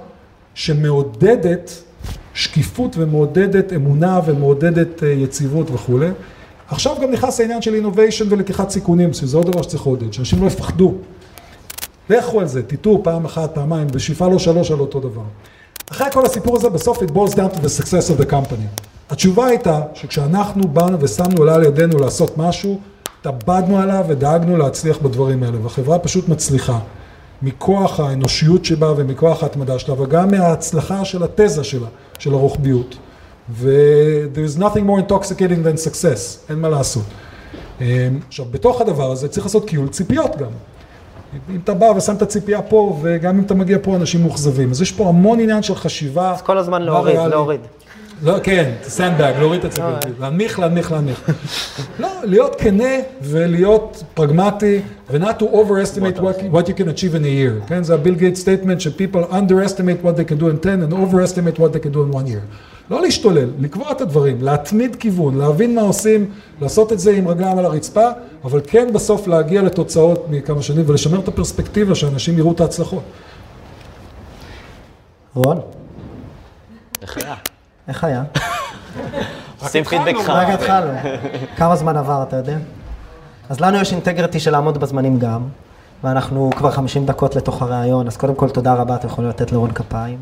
שמעודדת שקיפות ומעודדת אמונה ומעודדת יציבות וכו'. עכשיו גם נכנס העניין של innovation ולקיחת סיכונים, שזה עוד דבר שצריך לעודד, שאנשים לא יפחדו. לכו על זה, תיתו פעם אחת, פעמיים, בשאיפה לא שלוש על אותו דבר. אחרי כל הסיפור הזה, בסוף it boils down to the success of the company. התשובה הייתה שכשאנחנו באנו ושמנו עלה לידינו לעשות משהו, תבדנו עליו ודאגנו להצליח בדברים האלה, והחברה פשוט מצליחה, מכוח האנושיות שבה ומכוח ההתמדה שלה, וגם מההצלחה של התזה שלה, של הרוחביות. ו-there is nothing more intoxicating than success, אין מה לעשות. עכשיו, בתוך הדבר הזה צריך לעשות קיול ציפיות גם. אם אתה בא ושם את הציפייה פה, וגם אם אתה מגיע פה, אנשים מוחזבים. אז יש פה המון עניין של חשיבה.
אז כל הזמן להוריד, להוריד.
לא, כן, סנדבג, להוריד את הציפיות. להנמיך, להנמיך, להנמיך. לא, להיות כנה ולהיות פרגמטי, ו-not to overestimate what you can achieve in a year. כן, זה הביל גייט סטייטמנט ש-people underestimate what they can do in ten and overestimate what they can do in one year. לא להשתולל, לקבוע את הדברים, להתמיד כיוון, להבין מה עושים, לעשות את זה עם רגליים על הרצפה, אבל כן בסוף להגיע לתוצאות מכמה שנים ולשמר את הפרספקטיבה שאנשים יראו את ההצלחות.
רון?
איך היה?
איך היה?
עושים פידבק חם.
רגע התחלנו. כמה זמן עבר, אתה יודע? אז לנו יש אינטגריטי של לעמוד בזמנים גם, ואנחנו כבר חמישים דקות לתוך הרעיון, אז קודם כל תודה רבה, אתה יכול לתת לרון כפיים.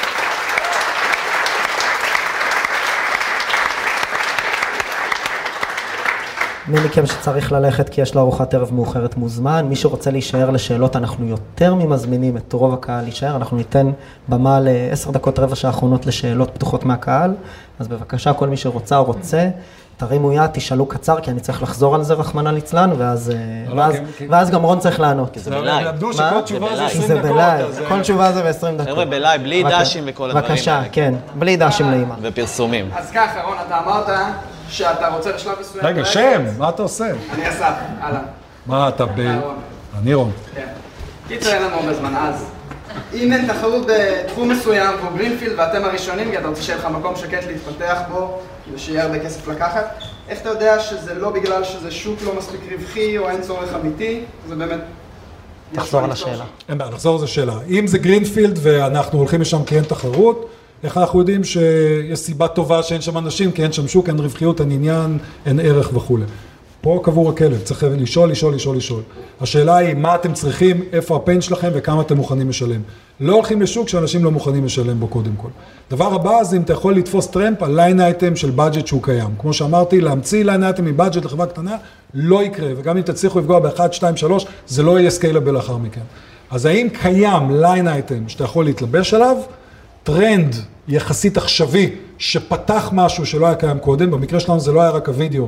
מי מכם שצריך ללכת כי יש לו ארוחת ערב מאוחרת מוזמן, מי שרוצה להישאר לשאלות, אנחנו יותר ממזמינים את רוב הקהל להישאר, אנחנו ניתן במה לעשר דקות רבע שעה האחרונות לשאלות פתוחות מהקהל, אז בבקשה כל מי שרוצה או רוצה, תרימו יד, תשאלו קצר, כי אני צריך לחזור על זה רחמנא ליצלן, ואז, ואז, ואז גם רון צריך לענות.
כי זה בלייב.
למדו שכל תשובה זה עשרים
זה
דקות.
בלייב, כל תשובה זה ב-עשרים דקות.
חבר'ה, בלייב, בלי דשים וכל הדברים האלה.
בבקשה, כן, בלי דשים לאמא.
ופרסומים.
אז ככה, רון, אתה אמרת שאתה רוצה לשלב מסוים.
רגע, שם, מה אתה עושה?
אני אסף, הלאה.
מה אתה ב... אני רון.
כן. קיצר, אין לנו הרבה זמן, אז אם אין תחרות בתחום מסוים והוא גרינפילד ואתם הראשונים, כי אתה רוצה שיהיה לך מקום שקט להתפתח בו, כאילו שיהיה הרבה כסף לקחת, איך אתה יודע שזה לא בגלל שזה שוק לא מספיק רווחי או אין צורך אמיתי, זה באמת...
תחזור על השאלה.
אין בעיה, נחזור על השאלה. אם זה גרינפילד ואנחנו הולכים לשם כי אין תחרות, איך אנחנו יודעים שיש סיבה טובה שאין שם אנשים, כי אין שם שוק, אין רווחיות, אין עניין, אין ערך וכו'. פה קבור הכלב, צריך לשאול, לשאול, לשאול, לשאול. השאלה היא מה אתם צריכים, איפה הפן שלכם וכמה אתם מוכנים לשלם. לא הולכים לשוק שאנשים לא מוכנים לשלם בו קודם כל. דבר הבא זה אם אתה יכול לתפוס טרמפ על ליין אייטם של בדג'ט שהוא קיים. כמו שאמרתי, להמציא ליין אייטם מבדג'ט לחברה קטנה, לא יקרה. וגם אם תצליחו לפגוע ב-אחת, שתיים, שלוש, זה לא יהיה סקיילבל לאחר מכן. אז האם קיים ליין אייטם שאתה יכול להתלבש עליו, טרנד יחסית עכשווי שפתח משהו שלא היה קיים קודם, במקרה שלנו זה לא היה רק הוידאו,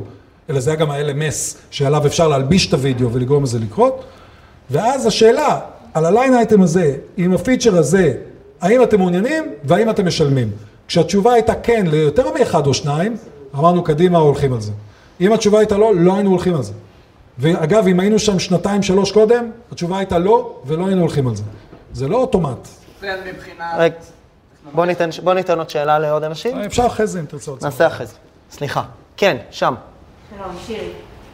אלא זה היה גם ה-אל אם אס שעליו אפשר להלביש את הוידאו ולגרום לזה לקרות. ואז השאלה על הליין אייטם הזה, עם הפיצ'ר הזה, האם אתם מעוניינים והאם אתם משלמים. כשהתשובה הייתה כן ליותר מאחד או שניים, אמרנו קדימה הולכים על זה. אם התשובה הייתה לא, לא היינו הולכים על זה. ואגב, אם היינו שם שנתיים, שלוש קודם, התשובה הייתה לא, ולא היינו הולכים על זה. זה לא אוטומט.
רגע, בוא ניתן, בוא ניתן עוד שאלה לעוד אנשים.
אפשר אחרי זה אם תרצה עוד.
נעשה אחרי זה. סליחה. כן, שם.
שלום, שירי.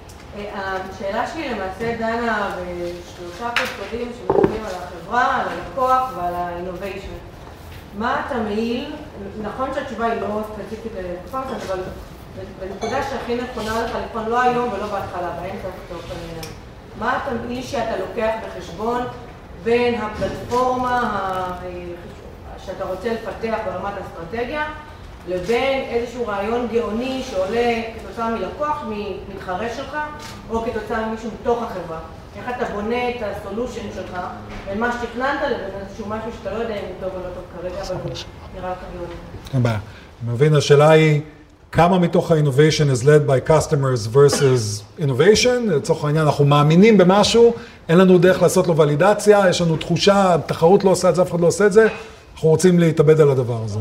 השאלה שלי למעשה דנה בשלושה קודקודים שמדברים על החברה, על הלקוח ועל האינוביישן. מה אתה מעיל, נכון שהתשובה היא לא ספציפית לפרסנט, אבל בנקודה שהכי נכונה לך לבחון לא היום ולא בהתחלה, באמצע לצורך העניין. מה אתה מעיל שאתה לוקח בחשבון בין הפלטפורמה שאתה רוצה לפתח ברמת האסטרטגיה, לבין איזשהו רעיון גאוני שעולה כתוצאה מלקוח, מתחרה שלך, או כתוצאה ממישהו מתוך החברה. איך אתה בונה את הסולושן שלך, בין מה שתכננת לבין איזשהו משהו שאתה לא יודע אם הוא טוב או לא טוב כרגע, אבל הוא נראה לך גאוני. אין בעיה.
אני מבין, השאלה היא, כמה מתוך ה-innovation is led by customers versus innovation? לצורך העניין, אנחנו מאמינים במשהו, אין לנו דרך לעשות לו ולידציה, יש לנו תחושה, תחרות לא עושה את זה, אף אחד לא עושה את זה, אנחנו רוצים להתאבד על הדבר הזה.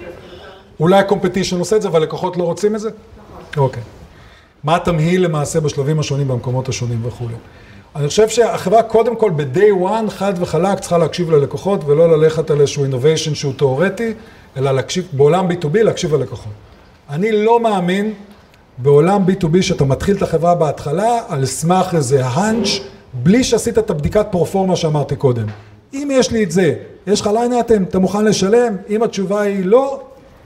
אולי ה-competition עושה את זה, אבל לקוחות לא רוצים את זה? נכון. אוקיי. מה התמהיל למעשה בשלבים השונים, במקומות השונים וכו'. אני חושב שהחברה קודם כל ב-day one, חד וחלק, צריכה להקשיב ללקוחות, ולא ללכת על איזשהו innovation שהוא תיאורטי, אלא להקשיב, בעולם בי טו בי להקשיב ללקוחות. אני לא מאמין בעולם בי טו בי שאתה מתחיל את החברה בהתחלה, על סמך איזה הנץ' בלי שעשית את הבדיקת פרופורמה שאמרתי קודם. אם יש לי את זה, יש לך ליין אייטם, אתה מוכן לשלם? אם התשובה היא לא,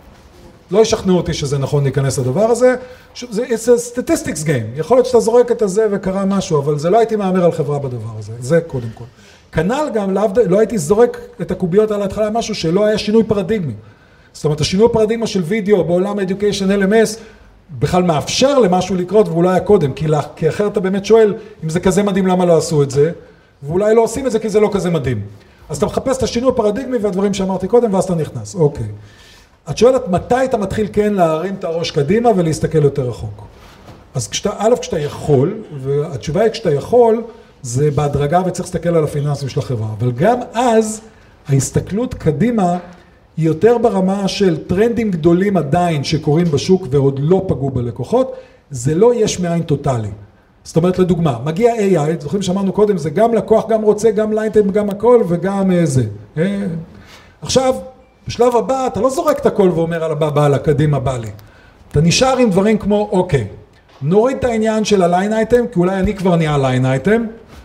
לא ישכנעו אותי שזה נכון להיכנס לדבר הזה. זה it's a statistics game. יכול להיות שאתה זורק את הזה וקרה משהו, אבל זה לא הייתי מאמר על חברה בדבר הזה. זה קודם כל. כנ"ל גם, לא הייתי זורק את הקוביות על ההתחלה משהו שלא היה שינוי פרדיגמי. זאת אומרת, השינוי פרדיגמה של וידאו בעולם Education אל אם אס בכלל מאפשר למשהו לקרות ואולי היה קודם, כי, לה, כי אחרת אתה באמת שואל אם זה כזה מדהים למה לא עשו את זה, ואולי לא עושים את זה כי זה לא כזה מדהים. אז אתה מחפש את השינוי הפרדיגמי והדברים שאמרתי קודם ואז אתה נכנס. אוקיי. את שואלת מתי אתה מתחיל כן להרים את הראש קדימה ולהסתכל יותר רחוק. אז כשאתה, א', כשאתה יכול, והתשובה היא כשאתה יכול, זה בהדרגה וצריך להסתכל על הפיננסים של החברה. אבל גם אז ההסתכלות קדימה היא יותר ברמה של טרנדים גדולים עדיין שקורים בשוק ועוד לא פגעו בלקוחות, זה לא יש מאין טוטלי. זאת אומרת, לדוגמה, מגיע איי איי, זוכרים שאמרנו קודם, זה גם לקוח, גם רוצה, גם ליינטם, גם הכל וגם זה. עכשיו, בשלב הבא, אתה לא זורק את הכל ואומר על הבא, בא, לקדימה, בא לי. אתה נשאר עם דברים כמו, אוקיי, נוריד את העניין של הליין אייטם, כי אולי אני כבר נהיה ליין אייטם,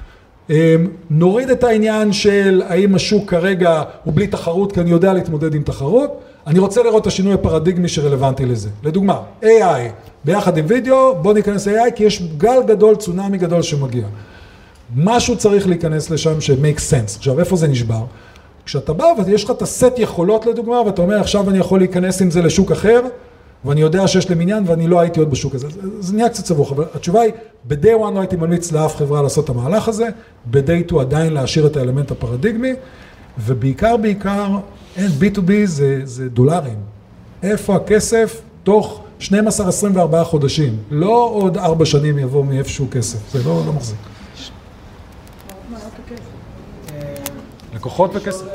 נוריד את העניין של האם השוק כרגע הוא בלי תחרות, כי אני יודע להתמודד עם תחרות, אני רוצה לראות את השינוי הפרדיגמי שרלוונטי לזה. לדוגמה, איי איי, ביחד עם וידאו, בוא ניכנס איי איי, כי יש גל גדול, צונמי גדול שמגיע. משהו צריך להיכנס לשם ש-make sense. עכשיו, איפה זה נשבר? כשאתה בא ויש לך את הסט יכולות לדוגמה, ואתה אומר, עכשיו אני יכול להיכנס עם זה לשוק אחר, ואני יודע שיש לי מניין ואני לא הייתי עוד בשוק הזה. זה נהיה קצת סבוך, אבל התשובה היא, ב-day one לא הייתי ממליץ לאף חברה לעשות את המהלך הזה, ב-day two עדיין להשאיר את האלמנט הפרדיגמי, ובעיקר, בעיקר, אין, בי טו בי זה, זה דולרים. איפה הכסף? תוך שנים עשר עד עשרים וארבעה חודשים. לא עוד ארבע שנים יבוא מאיפשהו כסף. זה לא, לא מחזיק. לקוחות וכסף.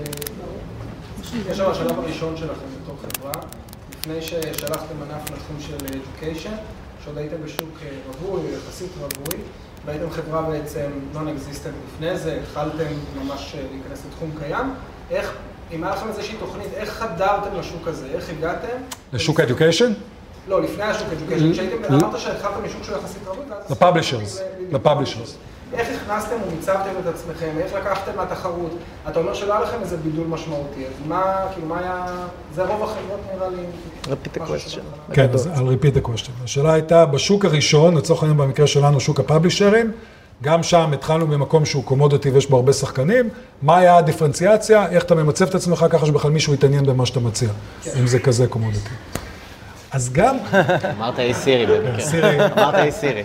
יש שם השלב הראשון שלכם בתור חברה, לפני ששלחתם ענף לתחום של education, שעוד הייתם בשוק רווי, יחסית רווי, והייתם חברה בעצם non-existent לפני זה, התחלתם ממש להיכנס לתחום קיים. איך, אם היה לכם איזושהי תוכנית, איך חדרתם לשוק הזה? איך הגעתם?
לשוק education?
לא, לפני השוק education. כשהייתם, אמרת שהתחלתם משוק שהוא יחסית רווי,
לפאבלישרס, לפאבלישרס.
איך הכנסתם ומיצבתם את עצמכם, איך לקחתם מהתחרות? אתה אומר שלא היה לכם איזה בידול משמעותי, אז מה, כאילו, מה היה, זה רוב החברות נראה לי...
repeat the question.
כן, אז על repeat the question. השאלה הייתה, בשוק הראשון, לצורך העניין במקרה שלנו, שוק הפאבלישרים, גם שם התחלנו במקום שהוא קומודיטי ויש בו הרבה שחקנים, מה היה הדיפרנציאציה, איך אתה ממצב את עצמך ככה שבכלל מישהו יתעניין במה שאתה מציע, אם זה כזה קומודיטי. אז גם...
אמרת אי סירי במקרה. אמרת אי סירי.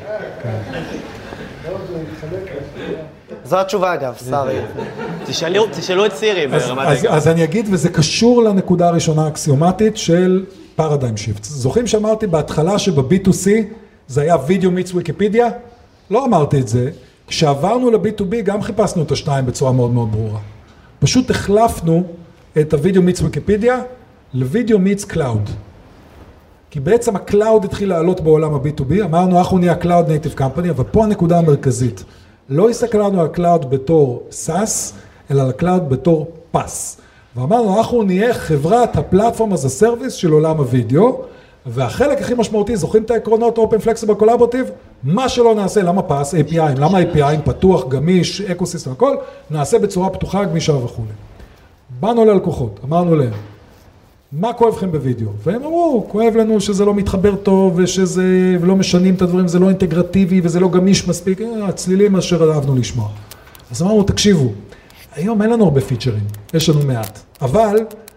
זו התשובה אגב, סארי.
תשאלו את סירי ברמת אגב.
אז אני אגיד, וזה קשור לנקודה הראשונה האקסיומטית של פרדיים שיפט. זוכרים שאמרתי בהתחלה שב-בי טו סי זה היה וידאו מיץ ויקיפדיה, לא אמרתי את זה, כשעברנו ל-בי טו בי גם חיפשנו את השתיים בצורה מאוד מאוד ברורה. פשוט החלפנו את הוידאו מיץ ויקיפדיה לוידאו מיץ קלאוד. כי בעצם הקלאוד התחיל לעלות בעולם ה-בי טו בי, אמרנו אנחנו נהיה Cloud Native Company, אבל פה הנקודה המרכזית. לא הסתכלנו על קלאוד בתור סאס, אלא על קלאוד בתור פס. ואמרנו אנחנו נהיה חברת הפלטפורם as a service של עולם הוידאו, והחלק הכי משמעותי, זוכרים את העקרונות Open Flexible Collaborative? מה שלא נעשה, למה פס, איי פי איי, למה איי פי איי, פתוח, גמיש, אקוסיסטם, הכל, נעשה בצורה פתוחה, גמישה וכו'. באנו ללקוחות, אמרנו להם, מה כואב לכם בווידאו? והם אמרו, כואב לנו שזה לא מתחבר טוב, ושזה לא משנים את הדברים, זה לא אינטגרטיבי, וזה לא גמיש מספיק, הצלילים אשר אהבנו לשמוע. אז אמרנו, תקשיבו, היום אין לנו הרבה פיצ'רים, יש לנו מעט, אבל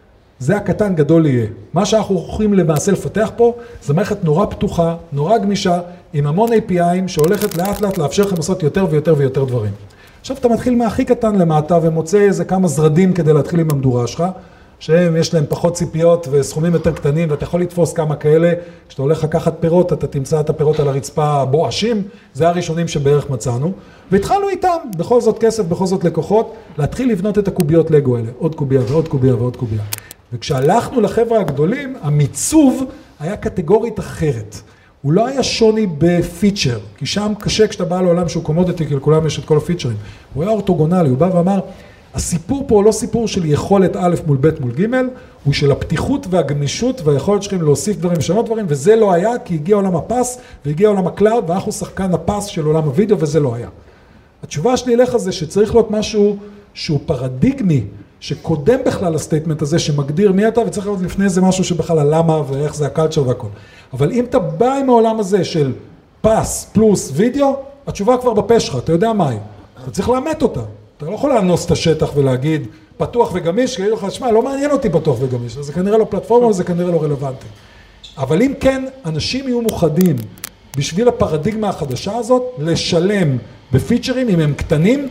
זה הקטן גדול יהיה. מה שאנחנו הולכים למעשה לפתח פה, זה מערכת נורא פתוחה, נורא גמישה, עם המון איי פי איי שהולכת לאט לאט לאפשר לכם לעשות יותר ויותר ויותר דברים. עכשיו אתה מתחיל מהכי קטן למטה ומוצא איזה כמה זרדים כדי להתחיל עם המדורה שלך, שהם יש להם פחות ציפיות וסכומים יותר קטנים, ואתה יכול לתפוס כמה כאלה, כשאתה הולך לקחת פירות, אתה תמצא את הפירות על הרצפה בואשים, זה הראשונים שבערך מצאנו, והתחלנו איתם, בכל זאת כסף, בכל זאת לקוחות, להתחיל לבנות את הקוביות לגו האלה, עוד קוביה ועוד קוביה ועוד קוביה. וכשהלכנו לחבר'ה הגדולים, המיצוב היה קטגורית אחרת. הוא לא היה שוני בפיצ'ר, כי שם קשה כשאתה בא לעולם שהוא קומודיטי, כי לכולם יש את כל הפיצ'רים. הוא היה אורתוגונלי, הוא בא ואמר, הסיפור פה הוא לא סיפור של יכולת א' מול ב' מול ג', הוא של הפתיחות והגמישות והיכולת שלכם להוסיף דברים ושנות דברים, וזה לא היה כי הגיע עולם הפס והגיע עולם הקלאוד, ואנחנו שחקן הפס של עולם הוידאו, וזה לא היה. התשובה שלי אליך זה שצריך להיות משהו שהוא פרדיגמי, שקודם בכלל הסטייטמנט הזה שמגדיר מי אתה, וצריך להיות לפני זה משהו שבכלל הלמה ואיך זה הקלצ'ר והכל. אבל אם אתה בא עם העולם הזה של פס פלוס וידאו, התשובה כבר בפה שלך, אתה יודע מה היא. אתה צריך לאמת אותה. אתה לא יכול לאנוס את השטח ולהגיד פתוח וגמיש, כי לך, שמע, לא מעניין אותי פתוח וגמיש, אז זה כנראה לא פלטפורמה, זה כנראה לא רלוונטי. אבל אם כן, אנשים יהיו מוכנים בשביל הפרדיגמה החדשה הזאת, לשלם בפיצ'רים, אם הם קטנים,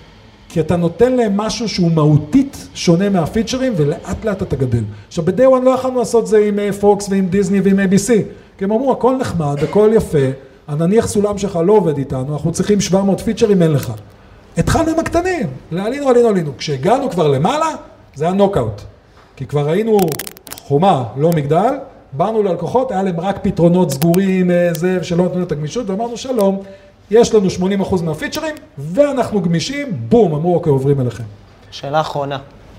כי אתה נותן להם משהו שהוא מהותית שונה מהפיצ'רים, ולאט לאט אתה גדל. עכשיו, ב-Day One לא יכולנו לעשות זה עם פוקס ועם דיסני ועם איי בי סי, כי הם אמרו, הכל נחמד, הכל יפה, נניח סולם שלך לא עובד איתנו, אנחנו צריכים שבע מאות פיצ'רים, אין לך. התחלנו עם הקטנים, עלינו, עלינו, עלינו. כשהגענו כבר למעלה, זה היה נוקאוט. כי כבר ראינו חומה, לא מגדל, באנו ללקוחות, היה להם רק פתרונות סגורים, זה, שלא נתנו את הגמישות, ואמרנו, שלום, יש לנו שמונים אחוז מהפיצ'רים, ואנחנו גמישים, בום, אמרו, אוקיי, עוברים אליכם.
שאלה אחרונה.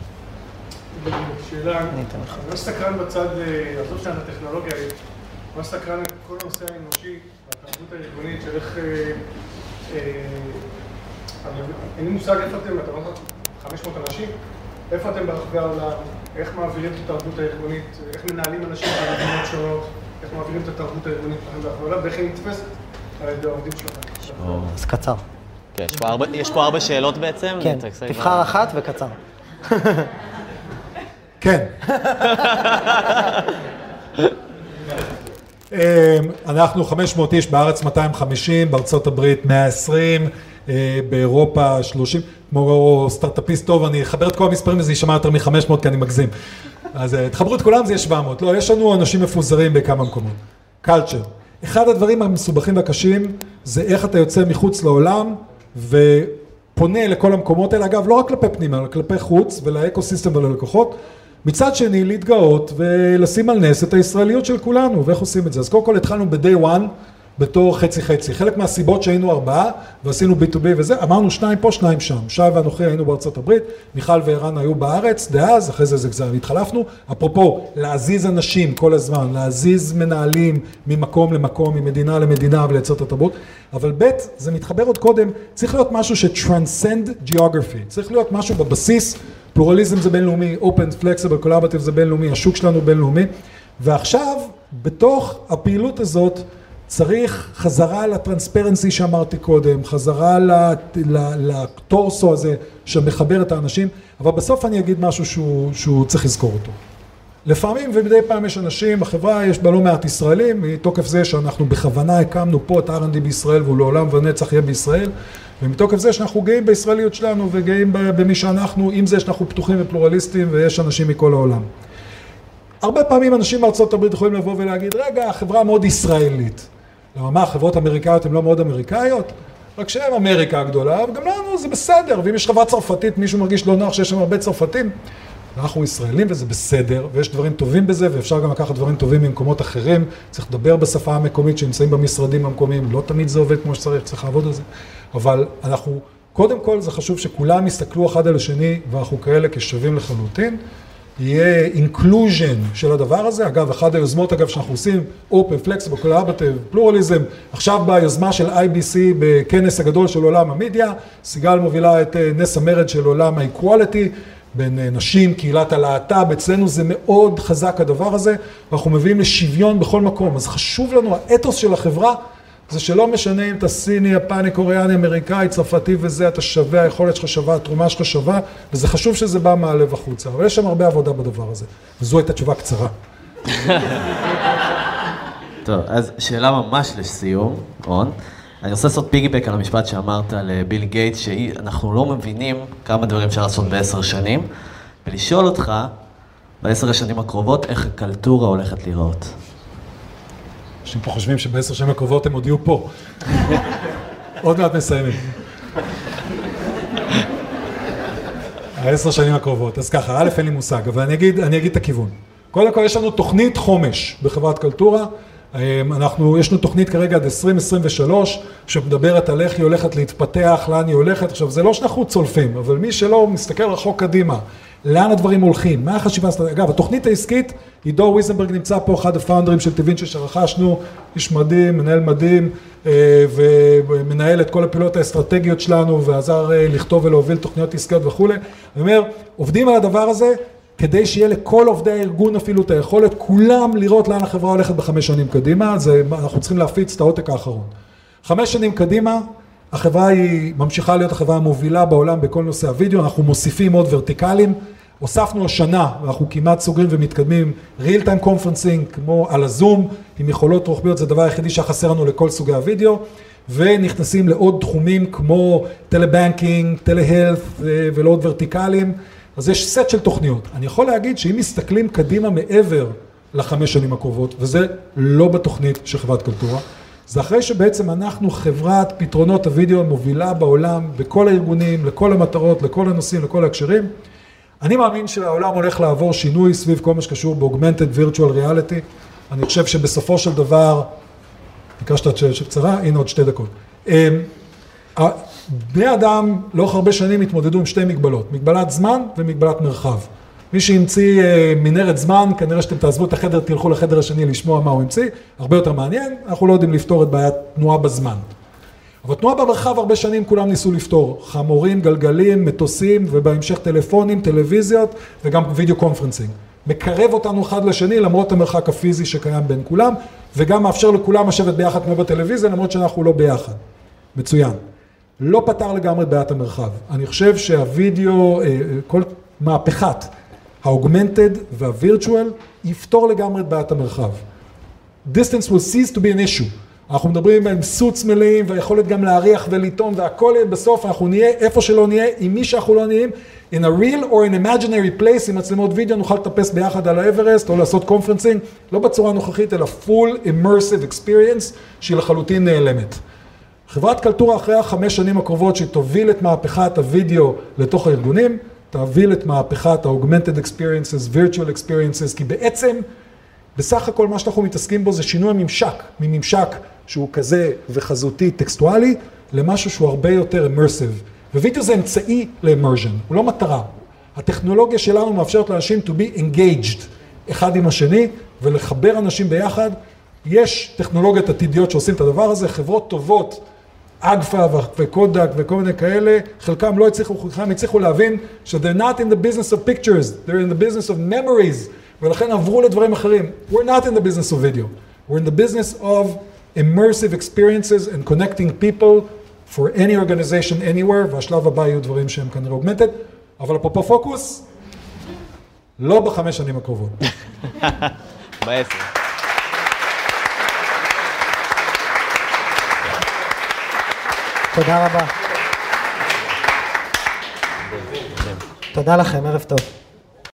שאלה, אני ממש סקרן בצד, עזוב שלנו הטכנולוגיה, ממש סקרן כל הנושא האנושי, והתרבות הארגונית של איך... אין לי מושג איפה אתם, אתה אומר חמש מאות אנשים, איפה אתם ברחבי העולם, איך מעבירים את התרבות הארגונית, איך מנהלים אנשים במדינות שונות, איך מעבירים את התרבות הארגונית ברחבי העולם, ואיך היא נתפסת על ידי העובדים שלכם.
אז קצר.
כן, יש פה ארבע שאלות בעצם.
כן, תבחר אחת וקצר.
כן. אנחנו חמש מאות איש, בארץ מאתיים וחמישים, בארצות הברית מאה ועשרים, באירופה שלושים, כמו סטארט-אפיסט טוב, אני אחבר את כל המספרים וזה יישמע יותר מ-חמש מאות כי אני מגזים. אז תחברו את כולם, זה יהיה שבע מאות. לא, יש לנו אנשים מפוזרים בכמה מקומות. קלצ'ר. אחד הדברים המסובכים והקשים זה איך אתה יוצא מחוץ לעולם ופונה לכל המקומות האלה, אגב, לא רק כלפי פנימה, אלא כלפי חוץ ולאקוסיסטם וללקוחות. מצד שני, להתגאות ולשים על נס את הישראליות של כולנו, ואיך עושים את זה. אז קודם כל התחלנו ב-Day One, בתור חצי חצי. חלק מהסיבות שהיינו ארבעה, ועשינו בי טו בי וזה, אמרנו שניים פה, שניים שם. שי ואנוכי היינו בארצות הברית, מיכל וערן היו בארץ, דאז, אחרי זה זה גזר, התחלפנו. אפרופו, להזיז אנשים כל הזמן, להזיז מנהלים ממקום למקום, ממדינה למדינה ולייצר את התרבות. אבל ב' זה מתחבר עוד קודם, צריך להיות משהו ש-transcend geography. צריך להיות משהו בבסיס, פלורליזם זה בינלאומי, open, flexible, collaborative זה בינלאומי, השוק שלנו בינלאומי. ועכשיו, בתוך הפעילות הזאת, צריך חזרה לטרנספרנסי שאמרתי קודם, חזרה לטורסו הזה שמחבר את האנשים, אבל בסוף אני אגיד משהו שהוא, שהוא צריך לזכור אותו. לפעמים ומדי פעם יש אנשים, החברה יש בה לא מעט ישראלים, מתוקף זה שאנחנו בכוונה הקמנו פה את אר אנד די בישראל והוא לעולם ונצח יהיה בישראל, ומתוקף זה שאנחנו גאים בישראליות שלנו וגאים במי שאנחנו, עם זה שאנחנו פתוחים ופלורליסטים ויש אנשים מכל העולם. הרבה פעמים אנשים מארצות הברית יכולים לבוא ולהגיד, רגע, החברה מאוד ישראלית. למה מה, חברות אמריקאיות הן לא מאוד אמריקאיות? רק שהן אמריקה הגדולה, וגם לנו זה בסדר, ואם יש חברה צרפתית, מישהו מרגיש לא נוח שיש שם הרבה צרפתים, אנחנו ישראלים וזה בסדר, ויש דברים טובים בזה, ואפשר גם לקחת דברים טובים ממקומות אחרים, צריך לדבר בשפה המקומית שנמצאים במשרדים המקומיים, לא תמיד זה עובד כמו שצריך, צריך לעבוד על זה, אבל אנחנו, קודם כל זה חשוב שכולם יסתכלו אחד על השני, ואנחנו כאלה כשווים לחלוטין, יהיה inclusion של הדבר הזה, אגב, אחד היוזמות, אגב, שאנחנו עושים, open, flexible, collaborative, pluralism, עכשיו ביוזמה של איי בי סי בכנס הגדול של עולם המדיה, סיגל מובילה את נס המרד של עולם ה-equality, בין נשים, קהילת הלהט"ב, אצלנו זה מאוד חזק הדבר הזה, ואנחנו מביאים לשוויון בכל מקום, אז חשוב לנו, האתוס של החברה, זה שלא משנה אם אתה סיני, יפני, קוריאני, אמריקאי, צרפתי וזה, אתה שווה, היכולת שלך שווה, התרומה שלך שווה, וזה חשוב שזה בא מהלב החוצה, אבל יש שם הרבה עבודה בדבר הזה, וזו הייתה תשובה קצרה.
טוב, אז שאלה ממש לסיום, רון. אני רוצה לעשות פיגיבק על המשפט שאמרת לביל גייטס, שאנחנו לא מבינים כמה דברים אפשר לעשות בעשר שנים, ולשאול אותך, בעשר השנים הקרובות, איך הקלטורה הולכת להיראות.
אנשים פה חושבים שבעשר שנים הקרובות הם עוד יהיו פה. עוד מעט מסיימים. העשר שנים הקרובות. אז ככה, א' אין לי מושג, אבל אני אגיד, אני אגיד את הכיוון. קודם כל, יש לנו תוכנית חומש בחברת קלטורה. אנחנו, יש לנו תוכנית כרגע עד עשרים עשרים ושלוש, שמדברת על איך היא הולכת להתפתח, לאן היא הולכת. עכשיו, זה לא שאנחנו צולפים, אבל מי שלא מסתכל רחוק קדימה, לאן הדברים הולכים, מה החשיבה? אגב, התוכנית העסקית, עידו וויזנברג נמצא פה, אחד הפאונדרים של טווינצ'י שרכשנו, איש מדהים, מנהל מדהים, ומנהל את כל הפעולות האסטרטגיות שלנו, ועזר לכתוב ולהוביל תוכניות עסקיות וכו'. אני אומר, עובדים על הדבר הזה, כדי שיהיה לכל עובדי הארגון אפילו את היכולת, כולם לראות לאן החברה הולכת בחמש שנים קדימה, זה, אנחנו צריכים להפיץ את העותק האחרון. חמש שנים קדימה, החברה היא ממשיכה להיות החברה המובילה בעולם בכל נושא הוידאו, אנחנו מוסיפים עוד ורטיקלים, הוספנו השנה, ואנחנו כמעט סוגרים ומתקדמים, real time conferencing, כמו על הזום, עם יכולות רוחביות, זה הדבר היחידי שחסר לנו לכל סוגי הוידאו, ונכנסים לעוד תחומים כמו טלבנקינג, טלהלת ולעוד ורטיקלים, אז יש סט של תוכניות. אני יכול להגיד שאם מסתכלים קדימה מעבר לחמש שנים הקרובות, וזה לא בתוכנית של חברת קלטורה, זה אחרי שבעצם אנחנו חברת פתרונות הוידאו המובילה בעולם, בכל הארגונים, לכל המטרות, לכל הנושאים, לכל ההקשרים. אני מאמין שהעולם הולך לעבור שינוי סביב כל מה שקשור ב-Augmented Virtual Reality. אני חושב שבסופו של דבר, ביקשת שקצרה, הנה עוד שתי דקות. בני אדם לאורך הרבה שנים התמודדו עם שתי מגבלות, מגבלת זמן ומגבלת מרחב. מי שהמציא מנהרת זמן, כנראה שאתם תעזבו את החדר, תלכו לחדר השני לשמוע מה הוא המציא, הרבה יותר מעניין, אנחנו לא יודעים לפתור את בעיית תנועה בזמן. אבל תנועה במרחב הרבה שנים כולם ניסו לפתור, חמורים, גלגלים, מטוסים, ובהמשך טלפונים, טלוויזיות, וגם וידאו קונפרנסינג. מקרב אותנו אחד לשני, למרות המרחק הפיזי שקיים בין כולם, וגם מאפשר לכולם לשבת ביחד כמו בטלוויזיה, למרות שאנחנו לא ביחד. מצוין. לא פתר לגמרי בעיית המרחב. אני חושב שהווידאו, כל מהפכת, ה-augmented וה-virtual, יפתור לגמרי את בעיית המרחב. Distance will cease to be an issue. אנחנו מדברים עם סוץ מלאים, והיכולת גם להריח ולטעום, והכל בסוף אנחנו נהיה איפה שלא נהיה, עם מי שאנחנו לא נהיים, in a real or an imaginary place, עם מצלמות וידאו, נוכל לטפס ביחד על האברסט, או לעשות קונפרנסינג, לא בצורה נוכחית, אלא full immersive experience, שהיא לחלוטין נעלמת. חברת קלטורה אחרי החמש שנים הקרובות, שתוביל את מהפכת הוידאו לתוך הארגונים, תוביל את מהפכת ה-augmented experiences, virtual experiences, כי בעצם, בסך הכל מה שאנחנו מתעסקים בו זה שינוי הממשק, מממשק שהוא כזה וחזותי, טקסטואלי, למשהו שהוא הרבה יותר immersive. ווידאו זה אמצעי ל-immersion, הוא לא מטרה. הטכנולוגיה שלנו מאפשרת לאנשים to be engaged אחד עם השני, ולחבר אנשים ביחד. יש טכנולוגיות עתידיות שעושים את הדבר הזה, חברות טובות, אגפה וקודק וכל מיני כאלה, חלקם לא הצליחו, חלקם הצליחו להבין ש-they're not in the business of pictures, they're in the business of memories, ולכן עברו לדברים אחרים. We're not in the business of video. We're in the business of immersive experiences and connecting people for any organization anywhere, והשלב הבא יהיו דברים שהם כנראה augmented, אבל אפרופו פוקוס, לא בחמש שנים הקרובות.
בעשר.
תודה רבה. תודה לכם, ערב טוב.